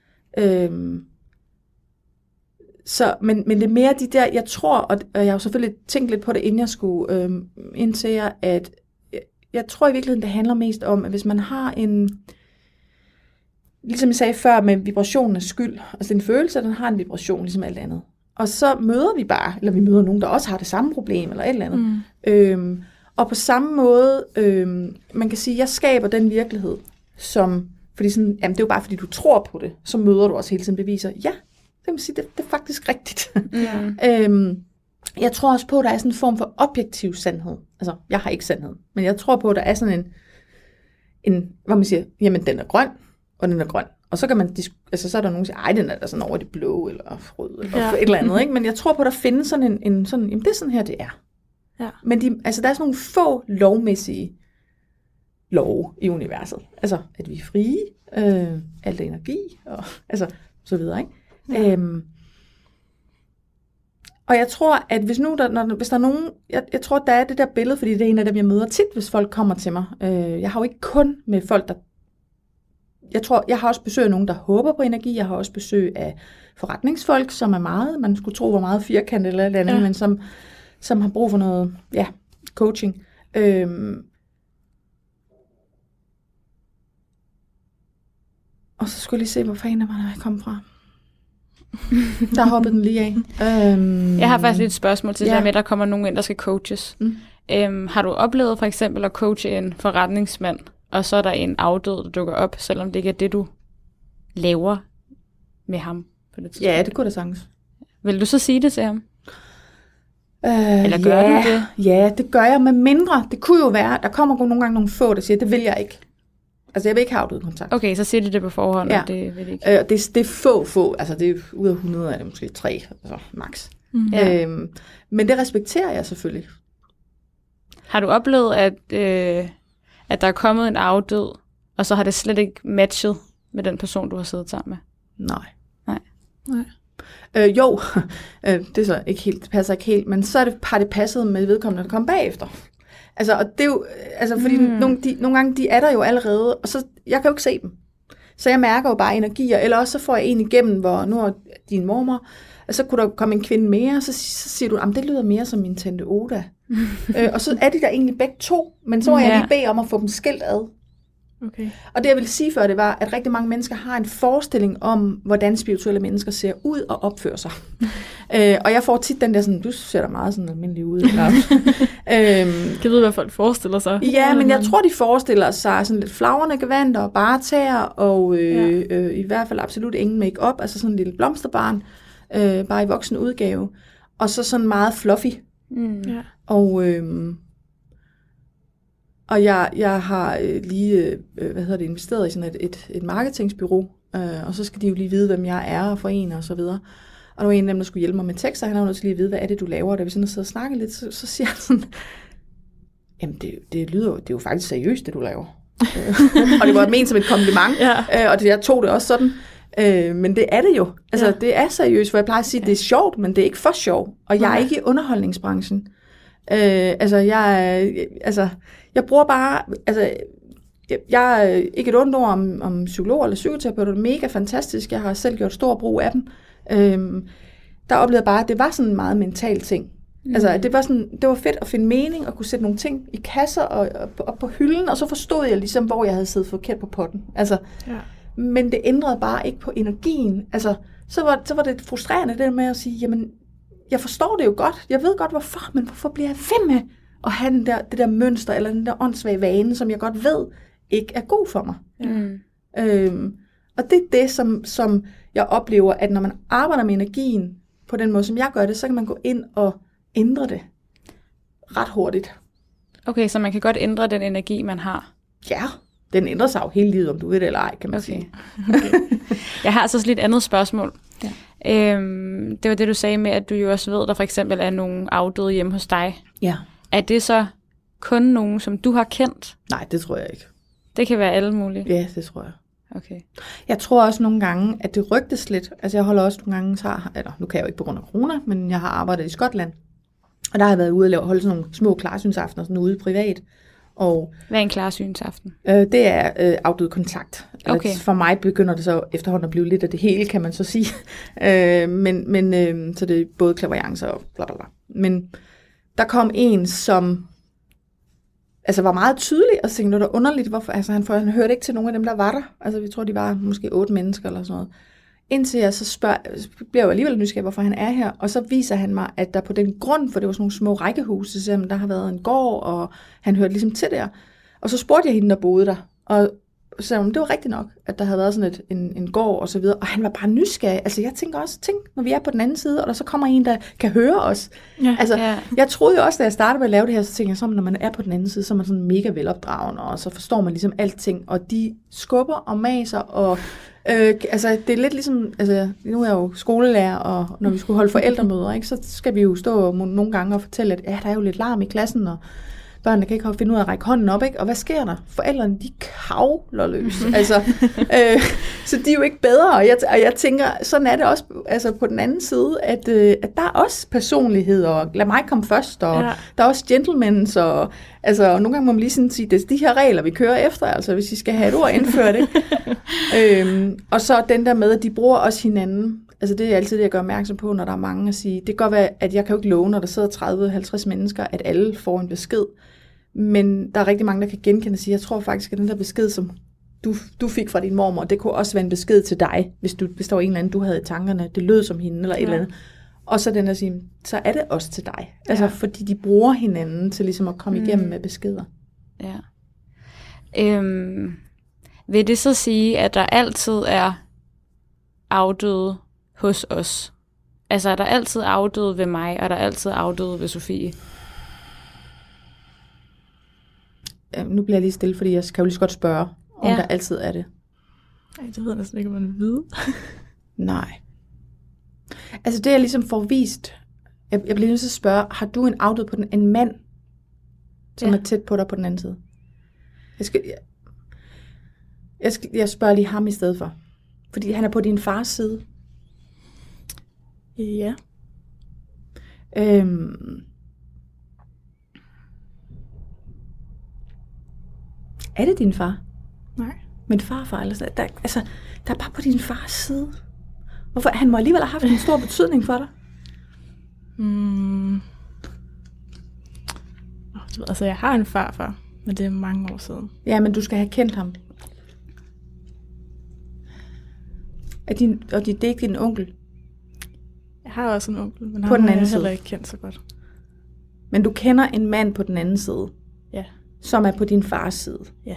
Men det er mere de der, jeg tror, og jeg har jo selvfølgelig tænkt lidt på det, inden jeg skulle indse jer, at jeg tror i virkeligheden, det handler mest om, at hvis man har en, ligesom jeg sagde før, med vibrationen af skyld, altså en følelse, den har en vibration, ligesom alt andet. Og så møder vi bare, eller vi møder nogen, der også har det samme problem, eller et eller andet. Og på samme måde, man kan sige, jeg skaber den virkelighed, som, fordi sådan, jamen det er jo bare fordi du tror på det, så møder du også hele tiden beviser, ja, det kan man sige, det er faktisk rigtigt. Jeg tror også på, at der er sådan en form for objektiv sandhed. Altså, jeg har ikke sandhed, men jeg tror på, at der er sådan en hvor man siger, jamen den er grøn, og den er grøn. Og så kan man, så er der nogen, der siger, ej, den er der sådan over det blå, eller rød, eller et eller andet, ikke? Men jeg tror på, at der findes sådan en sådan, jamen det er sådan her, det er. Ja. Men der er sådan nogle få lovmæssige love i universet. Altså, at vi er frie, alt er energi, og altså, så videre, ikke? Ja. Og jeg tror, at hvis der er nogen, jeg tror, der er det der billede, fordi det er en af dem, jeg møder tit, hvis folk kommer til mig. Jeg har jo ikke kun med folk, der, jeg har også besøg af nogen, der håber på energi. Jeg har også besøg af forretningsfolk, som er meget, man skulle tro var meget firkantet eller et andet, men som har brug for noget, coaching. Og så skulle jeg lige se, hvor fanden var jeg kom fra. Der hoppede den lige af. Jeg har faktisk et spørgsmål til det der med, at der kommer nogen ind, der skal coaches. Har du oplevet for eksempel at coache en forretningsmand, og så er der en afdød, der dukker op, selvom det ikke er det, du laver med ham på det tidspunkt? Ja, det kunne da sagtens. Vil du så sige det til ham? Eller gør du det? Ja, det gør jeg med mindre. Det kunne jo være, der kommer nogle gange nogle få, der siger, det vil jeg ikke. Altså, jeg vil ikke have afdød kontakt. Okay, så siger de det på forhånd, og det vil ikke. Det er få. Altså, det er ud af 100 er det måske 3, altså max. Men det respekterer jeg selvfølgelig. Har du oplevet, at der er kommet en afdød, og så har det slet ikke matchet med den person, du har siddet sammen med? Nej. Jo, det er så ikke helt, det passer ikke helt, men så har det passet med vedkommende, der kom bagefter. Altså, og det er jo, altså, fordi nogle gange, de er der jo allerede, og så, jeg kan jo ikke se dem. Så jeg mærker jo bare energier, eller også så får jeg en igennem, hvor nu er din mormor, og så kunne der komme en kvinde mere, så siger du, det lyder mere som min tante Oda. Og så er de der egentlig begge to, men så må jeg lige bede om at få dem skilt ad. Okay. Og det jeg ville sige før, det var, at rigtig mange mennesker har en forestilling om, hvordan spirituelle mennesker ser ud og opfører sig. Og jeg får tit den der sådan, du ser da meget sådan almindelig ud. Kan du vide, hvad folk forestiller sig? Ja, men jeg tror, de forestiller sig sådan lidt flagrende gevanter og bare tæer, og i hvert fald absolut ingen make-up, altså sådan en lille blomsterbarn, bare i voksen udgave. Og så sådan meget fluffy. Ja. Og jeg har lige investeret i sådan et marketingsbureau, og så skal de jo lige vide, hvem jeg er og forener og så videre. Og nu er en af dem, der skulle hjælpe mig med tekster, han er jo nødt til lige at vide, hvad er det, du laver? Og da vi sådan sidder og snakker lidt, så siger han sådan, jamen det er jo faktisk seriøst, det du laver. Og det var ment som et kompliment, og jeg tog det også sådan. Men det er det jo. Altså, det er seriøst, for jeg plejer at sige, at det er sjovt, men det er ikke for sjov. Og jeg er ikke i underholdningsbranchen. Jeg bruger bare, jeg er ikke et ondt ord om psykolog eller psykoterapeut, det er mega fantastisk. Jeg har selv gjort stor brug af dem. Der oplevede jeg bare, at det var sådan en meget mental ting. Altså, det var fedt at finde mening og kunne sætte nogle ting i kasser og op på hylden, og så forstod jeg ligesom, hvor jeg havde siddet forkert på potten. Altså, men det ændrede bare ikke på energien. Altså, så var det frustrerende det med at sige, jamen, jeg forstår det jo godt. Jeg ved godt, hvorfor, men hvorfor bliver jeg ved med at have det der mønster, eller den der åndssvage vane, som jeg godt ved, ikke er god for mig. Og det er det, som jeg oplever, at når man arbejder med energien på den måde, som jeg gør det, så kan man gå ind og ændre det ret hurtigt. Okay, så man kan godt ændre den energi, man har? Ja, den ændrer sig jo hele livet, om du ved det eller ej, kan man sige. Okay. Jeg har altså lidt andet spørgsmål. Ja. Det var det, du sagde med, at du jo også ved, der for eksempel er nogle afdøde hjemme hos dig. Ja. Er det så kun nogen, som du har kendt? Nej, det tror jeg ikke. Det kan være alle mulige? Ja, det tror jeg. Okay. Jeg tror også nogle gange, at det rygtes lidt. Altså jeg holder også nogle gange, nu kan jeg jo ikke på grund af corona, men jeg har arbejdet i Skotland. Og der har jeg været ude og holde sådan nogle små klarsynsaftener sådan ude privat. Og hvad er en klarsynsaften? Det er afdød kontakt. Okay. For mig begynder det så efterhånden at blive lidt af det hele, kan man så sige. Så det er både clairvoyance og bla bla bla. Men der kom en, som var meget tydelig, og tænkte noget der underligt, hvorfor, han hørte ikke til nogen af dem, der var der. Altså vi tror, de var måske 8 mennesker eller sådan noget. Indtil jeg så bliver jeg alligevel nysgerrig, hvorfor han er her, og så viser han mig, at der på den grund, for det var sådan nogle små rækkehuse, så der har været en gård, og han hørte ligesom til der. Og så spurgte jeg hende, der boede der, og så sagde hun, det var rigtigt nok, at der havde været sådan en gård og så videre, og han var bare nysgerrig. Altså jeg tænker også, når vi er på den anden side, og der så kommer en, der kan høre os. Jeg troede jo også, da jeg startede med at lave det her, så tænkte jeg så, når man er på den anden side, så er man sådan mega velopdragende, og så forstår man ligesom alting, og de skubber og maser, og det er lidt ligesom, nu er jeg jo skolelærer, og når vi skulle holde forældremøder, ikke, så skal vi jo stå nogle gange og fortælle, at der er jo lidt larm i klassen, og børnene kan ikke finde ud af at række hånden op, ikke? Og hvad sker der? Forældrene, de kavler løs. Så de er jo ikke bedre, og jeg tænker, sådan er det også på den anden side, at der er også personlighed, og lad mig komme først, og der er også gentlemen, og nogle gange må man lige sådan sige, det er de her regler, vi kører efter, hvis I skal have et ord, indfør det. Og så den der med, at de bruger også hinanden. Altså det er altid det, jeg gør opmærksom på, når der er mange at sige, det kan godt være, at jeg kan jo ikke love, når der sidder 30-50 mennesker, at alle får en besked. Men der er rigtig mange, der kan genkende og sige, jeg tror faktisk, at den der besked, som du fik fra din mormor, det kunne også være en besked til dig, hvis der var en eller anden, du havde i tankerne, det lød som hende, eller et eller andet. Og så den der sige, så er det også til dig. Altså fordi de bruger hinanden til ligesom at komme igennem med beskeder. Ja. Vil det så sige, at der altid er afdøde hos os? Altså er der altid afdøde ved mig, og er der altid afdøde ved Sofie? Nu bliver jeg lige stille, fordi jeg kan jo lige så godt spørge, om der altid er det. Nej, det ved jeg næsten ikke, om man ved. Nej. Altså det, jeg ligesom får vist, jeg bliver nødt til at spørge, har du en afdød på en mand, som er tæt på dig på den anden side? Jeg spørger lige ham i stedet for. Fordi han er på din fars side. Ja. Er det din far? Nej. Men farfar eller sådan der er bare på din fars side. Hvorfor? Han må alligevel have haft en stor betydning for dig. Jeg har en farfar, men det er mange år siden. Ja, men du skal have kendt ham. Og det er ikke din onkel? Jeg har også en onkel, men på den anden side. Heller ikke kendt så godt. Men du kender en mand på den anden side? Ja. Som er på din fars side? Ja.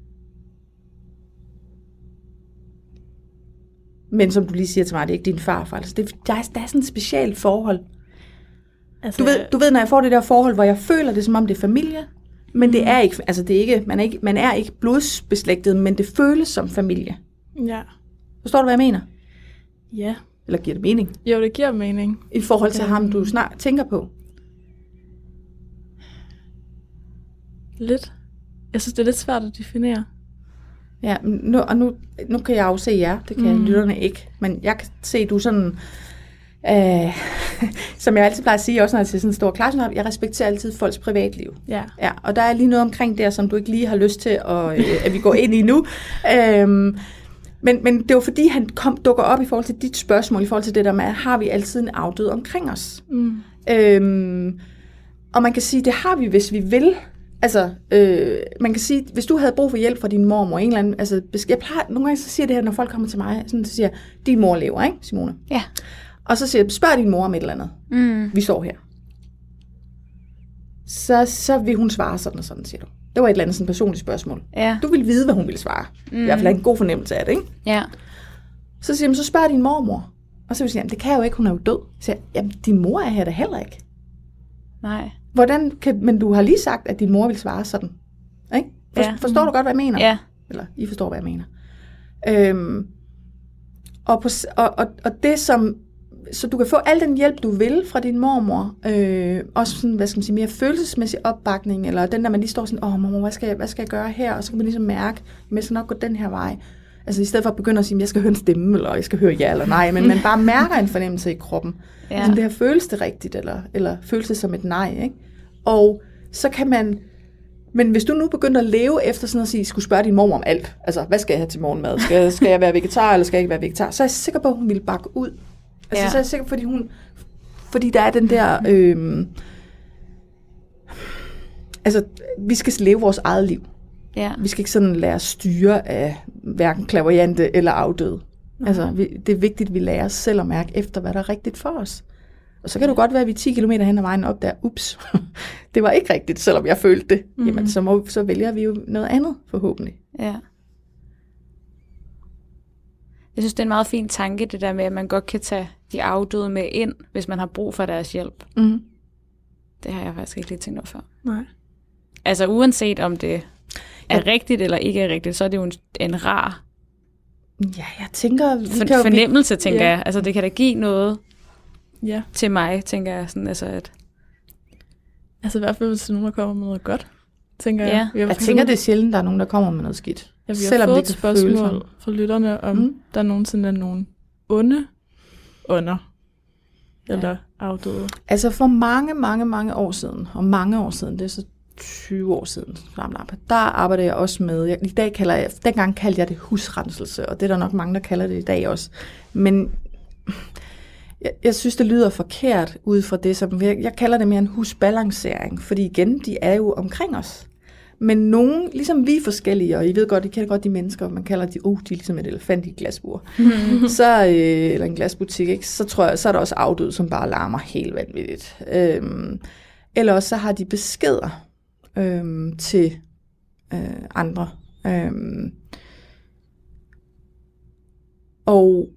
Men som du lige siger til mig, det er ikke din farfar. Altså der er sådan et specielt forhold. Altså, du ved, når jeg får det der forhold, hvor jeg føler det, som om det er familie, men det er ikke, altså det er ikke, man er ikke blodsbeslægtet, men det føles som familie. Ja. Forstår du, hvad jeg mener? Ja, Eller giver det mening? Jo, det giver mening. I forhold til ham, du snart tænker på. Lidt. Jeg synes, det er lidt svært at definere. Ja, nu kan jeg jo se jer, det kan lytterne ikke. Men jeg kan se, at du sådan, som jeg altid plejer at sige, også når jeg til sådan en stor klasse, jeg respekterer altid folks privatliv. Ja. Ja, og der er lige noget omkring der, som du ikke lige har lyst til, at vi går ind i nu. Men det var fordi, han dukker op i forhold til dit spørgsmål, i forhold til det der med, har vi altid en afdød omkring os? Og man kan sige, det har vi, hvis vi vil. Altså, man kan sige, hvis du havde brug for hjælp fra din mormor, en eller anden, altså, jeg plejer, nogle gange så siger det her, når folk kommer til mig, sådan, så siger jeg, din mor lever, ikke, Simone? Ja. Og så siger jeg, spørg din mor om et eller andet. Vi står her. Så vil hun svare sådan og sådan, siger du. Det var et eller andet sådan personligt spørgsmål. Ja. Du vil vide, hvad hun ville svare. I hvert fald have en god fornemmelse af det, ikke? Ja. Så siger jeg, så spørg din mormor. Og så vil jeg sige, det kan jeg jo ikke, hun er jo død. Så siger jeg, jamen, din mor er her da heller ikke. Nej. Men du har lige sagt, at din mor vil svare sådan. Ikke? Forstår du godt, hvad jeg mener? Ja. Eller, I forstår, hvad jeg mener. Og det som... Så du kan få al den hjælp, du vil fra din mormor. Også sådan, hvad skal man sige, mere følelsesmæssig opbakning. Eller den der, man lige står sådan, mormor, hvad skal jeg gøre her? Og så kan man ligesom mærke, at jeg skal nok gå den her vej. Altså i stedet for at begynde at sige, at jeg skal høre en stemme, eller jeg skal høre ja eller nej. Men man bare mærker en fornemmelse i kroppen. Ja. Altså, det her føles det rigtigt, eller føles det som et nej, ikke? Og så kan man... Men hvis du nu begynder at leve efter sådan at sige, skulle spørge din mor om alt. Altså, hvad skal jeg have til morgenmad? Skal jeg være vegetar, eller skal jeg ikke være vegetar? Så er jeg sikker på, at hun vil bakke ud. Altså, så er jeg sikker, fordi der er den der... altså, vi skal leve vores eget liv. Ja. Vi skal ikke sådan lade os styre af hverken klaverjante eller afdøde. Altså, det er vigtigt, at vi lærer os selv at mærke efter, hvad der er rigtigt for os. Og så kan det godt være, at vi 10 kilometer hen ad vejen op der, ups, det var ikke rigtigt, selvom jeg følte det. Jamen, så vælger vi jo noget andet, forhåbentlig. Ja. Jeg synes, det er en meget fin tanke, det der med, at man godt kan tage de afdøde med ind, hvis man har brug for deres hjælp. Det har jeg faktisk ikke lige tænkt over før. Nej. Altså uanset om det er rigtigt eller ikke er rigtigt, så er det jo en rar jeg tænker, fornemmelse, tænker jeg. Altså det kan da give noget til mig, tænker jeg. Sådan, altså i hvert fald, hvis nogen der kommer med noget godt, tænker jeg. Jeg tænker, det er sjældent, der er nogen, der kommer med noget skidt. Ja, vi har fået et spørgsmål fra lytterne, om der nogensinde er nogen onde ånder, eller afdøde. Altså for mange år siden, det er så 20 år siden, der arbejder jeg også med, dengang kaldte jeg det husrenselse, og det er der nok mange, der kalder det i dag også. Men jeg synes, det lyder forkert ud fra det, som jeg kalder det mere en husbalancering, fordi igen, de er jo omkring os. Men nogen, ligesom vi er forskellige, og I ved godt, I kender godt de mennesker, man kalder de er ligesom et elefant i et glasbur. Eller en glasbutik, ikke? Så tror jeg, så er der også afdøde, som bare larmer helt vanvittigt. Eller også så har de beskeder til andre. Og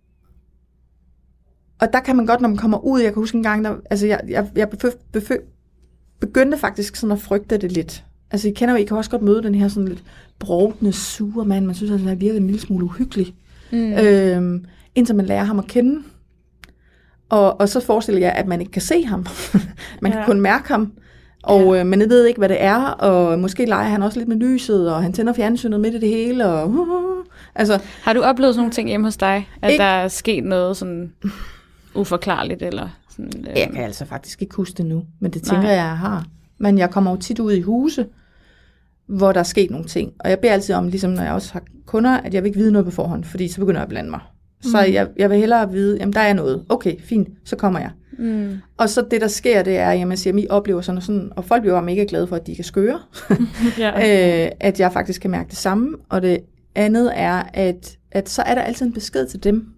der kan man godt, når man kommer ud, jeg kan huske en gang, jeg begyndte faktisk sådan at frygte det lidt. Altså, I kan også godt møde den her sådan lidt brovtende, sure mand. Man synes, at han virker en lille smule uhyggelig. Indtil man lærer ham at kende. Og så forestiller jeg, at man ikke kan se ham. Man kan kun mærke ham. Og man ved ikke, hvad det er. Og måske leger han også lidt med lyset, og han tænder fjernsynet midt i det hele. Altså, har du oplevet sådan nogle ting hjemme hos dig? At der er sket noget sådan uforklarligt? Eller sådan, Jeg kan altså faktisk ikke huske det nu. Men det tænker jeg har. Men jeg kommer jo tit ud i huse, hvor der er sket nogle ting. Og jeg beder altid om, ligesom når jeg også har kunder, at jeg vil ikke vide noget på forhånd, fordi så begynder jeg at blande mig. Så jeg vil hellere vide, jamen der er noget. Okay, fint, så kommer jeg. Og så det, der sker, det er, at man siger, at I oplever sådan og sådan, og folk bliver mega glade for, at de kan skøre. At jeg faktisk kan mærke det samme. Og det andet er, at så er der altid en besked til dem.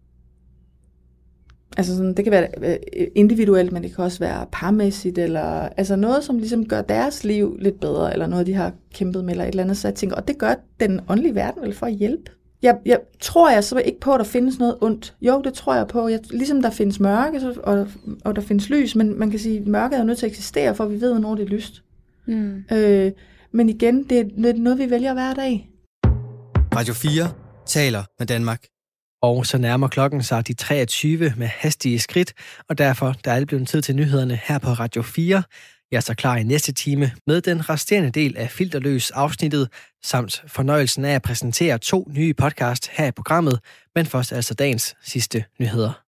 Altså sådan, det kan være individuelt, men det kan også være parmæssigt, eller altså noget, som ligesom gør deres liv lidt bedre, eller noget, de har kæmpet med, eller et eller andet. Så jeg tænker, og det gør den åndelige verden vel for at hjælpe. Jeg tror jeg så ikke på, at der findes noget ondt. Jo, det tror jeg på. Ligesom der findes mørke, og der findes lys, men man kan sige, at mørket er nødt til at eksistere, for vi ved, hvornår det er lyst. Men igen, det er noget, vi vælger hver dag. Radio 4 taler med Danmark. Og så nærmer klokken sig de 23 med hastige skridt, og derfor der er det blevet tid til nyhederne her på Radio 4. Jeg er så klar i næste time med den resterende del af Filterløs afsnittet, samt fornøjelsen af at præsentere 2 nye podcast her i programmet, men først altså dagens sidste nyheder.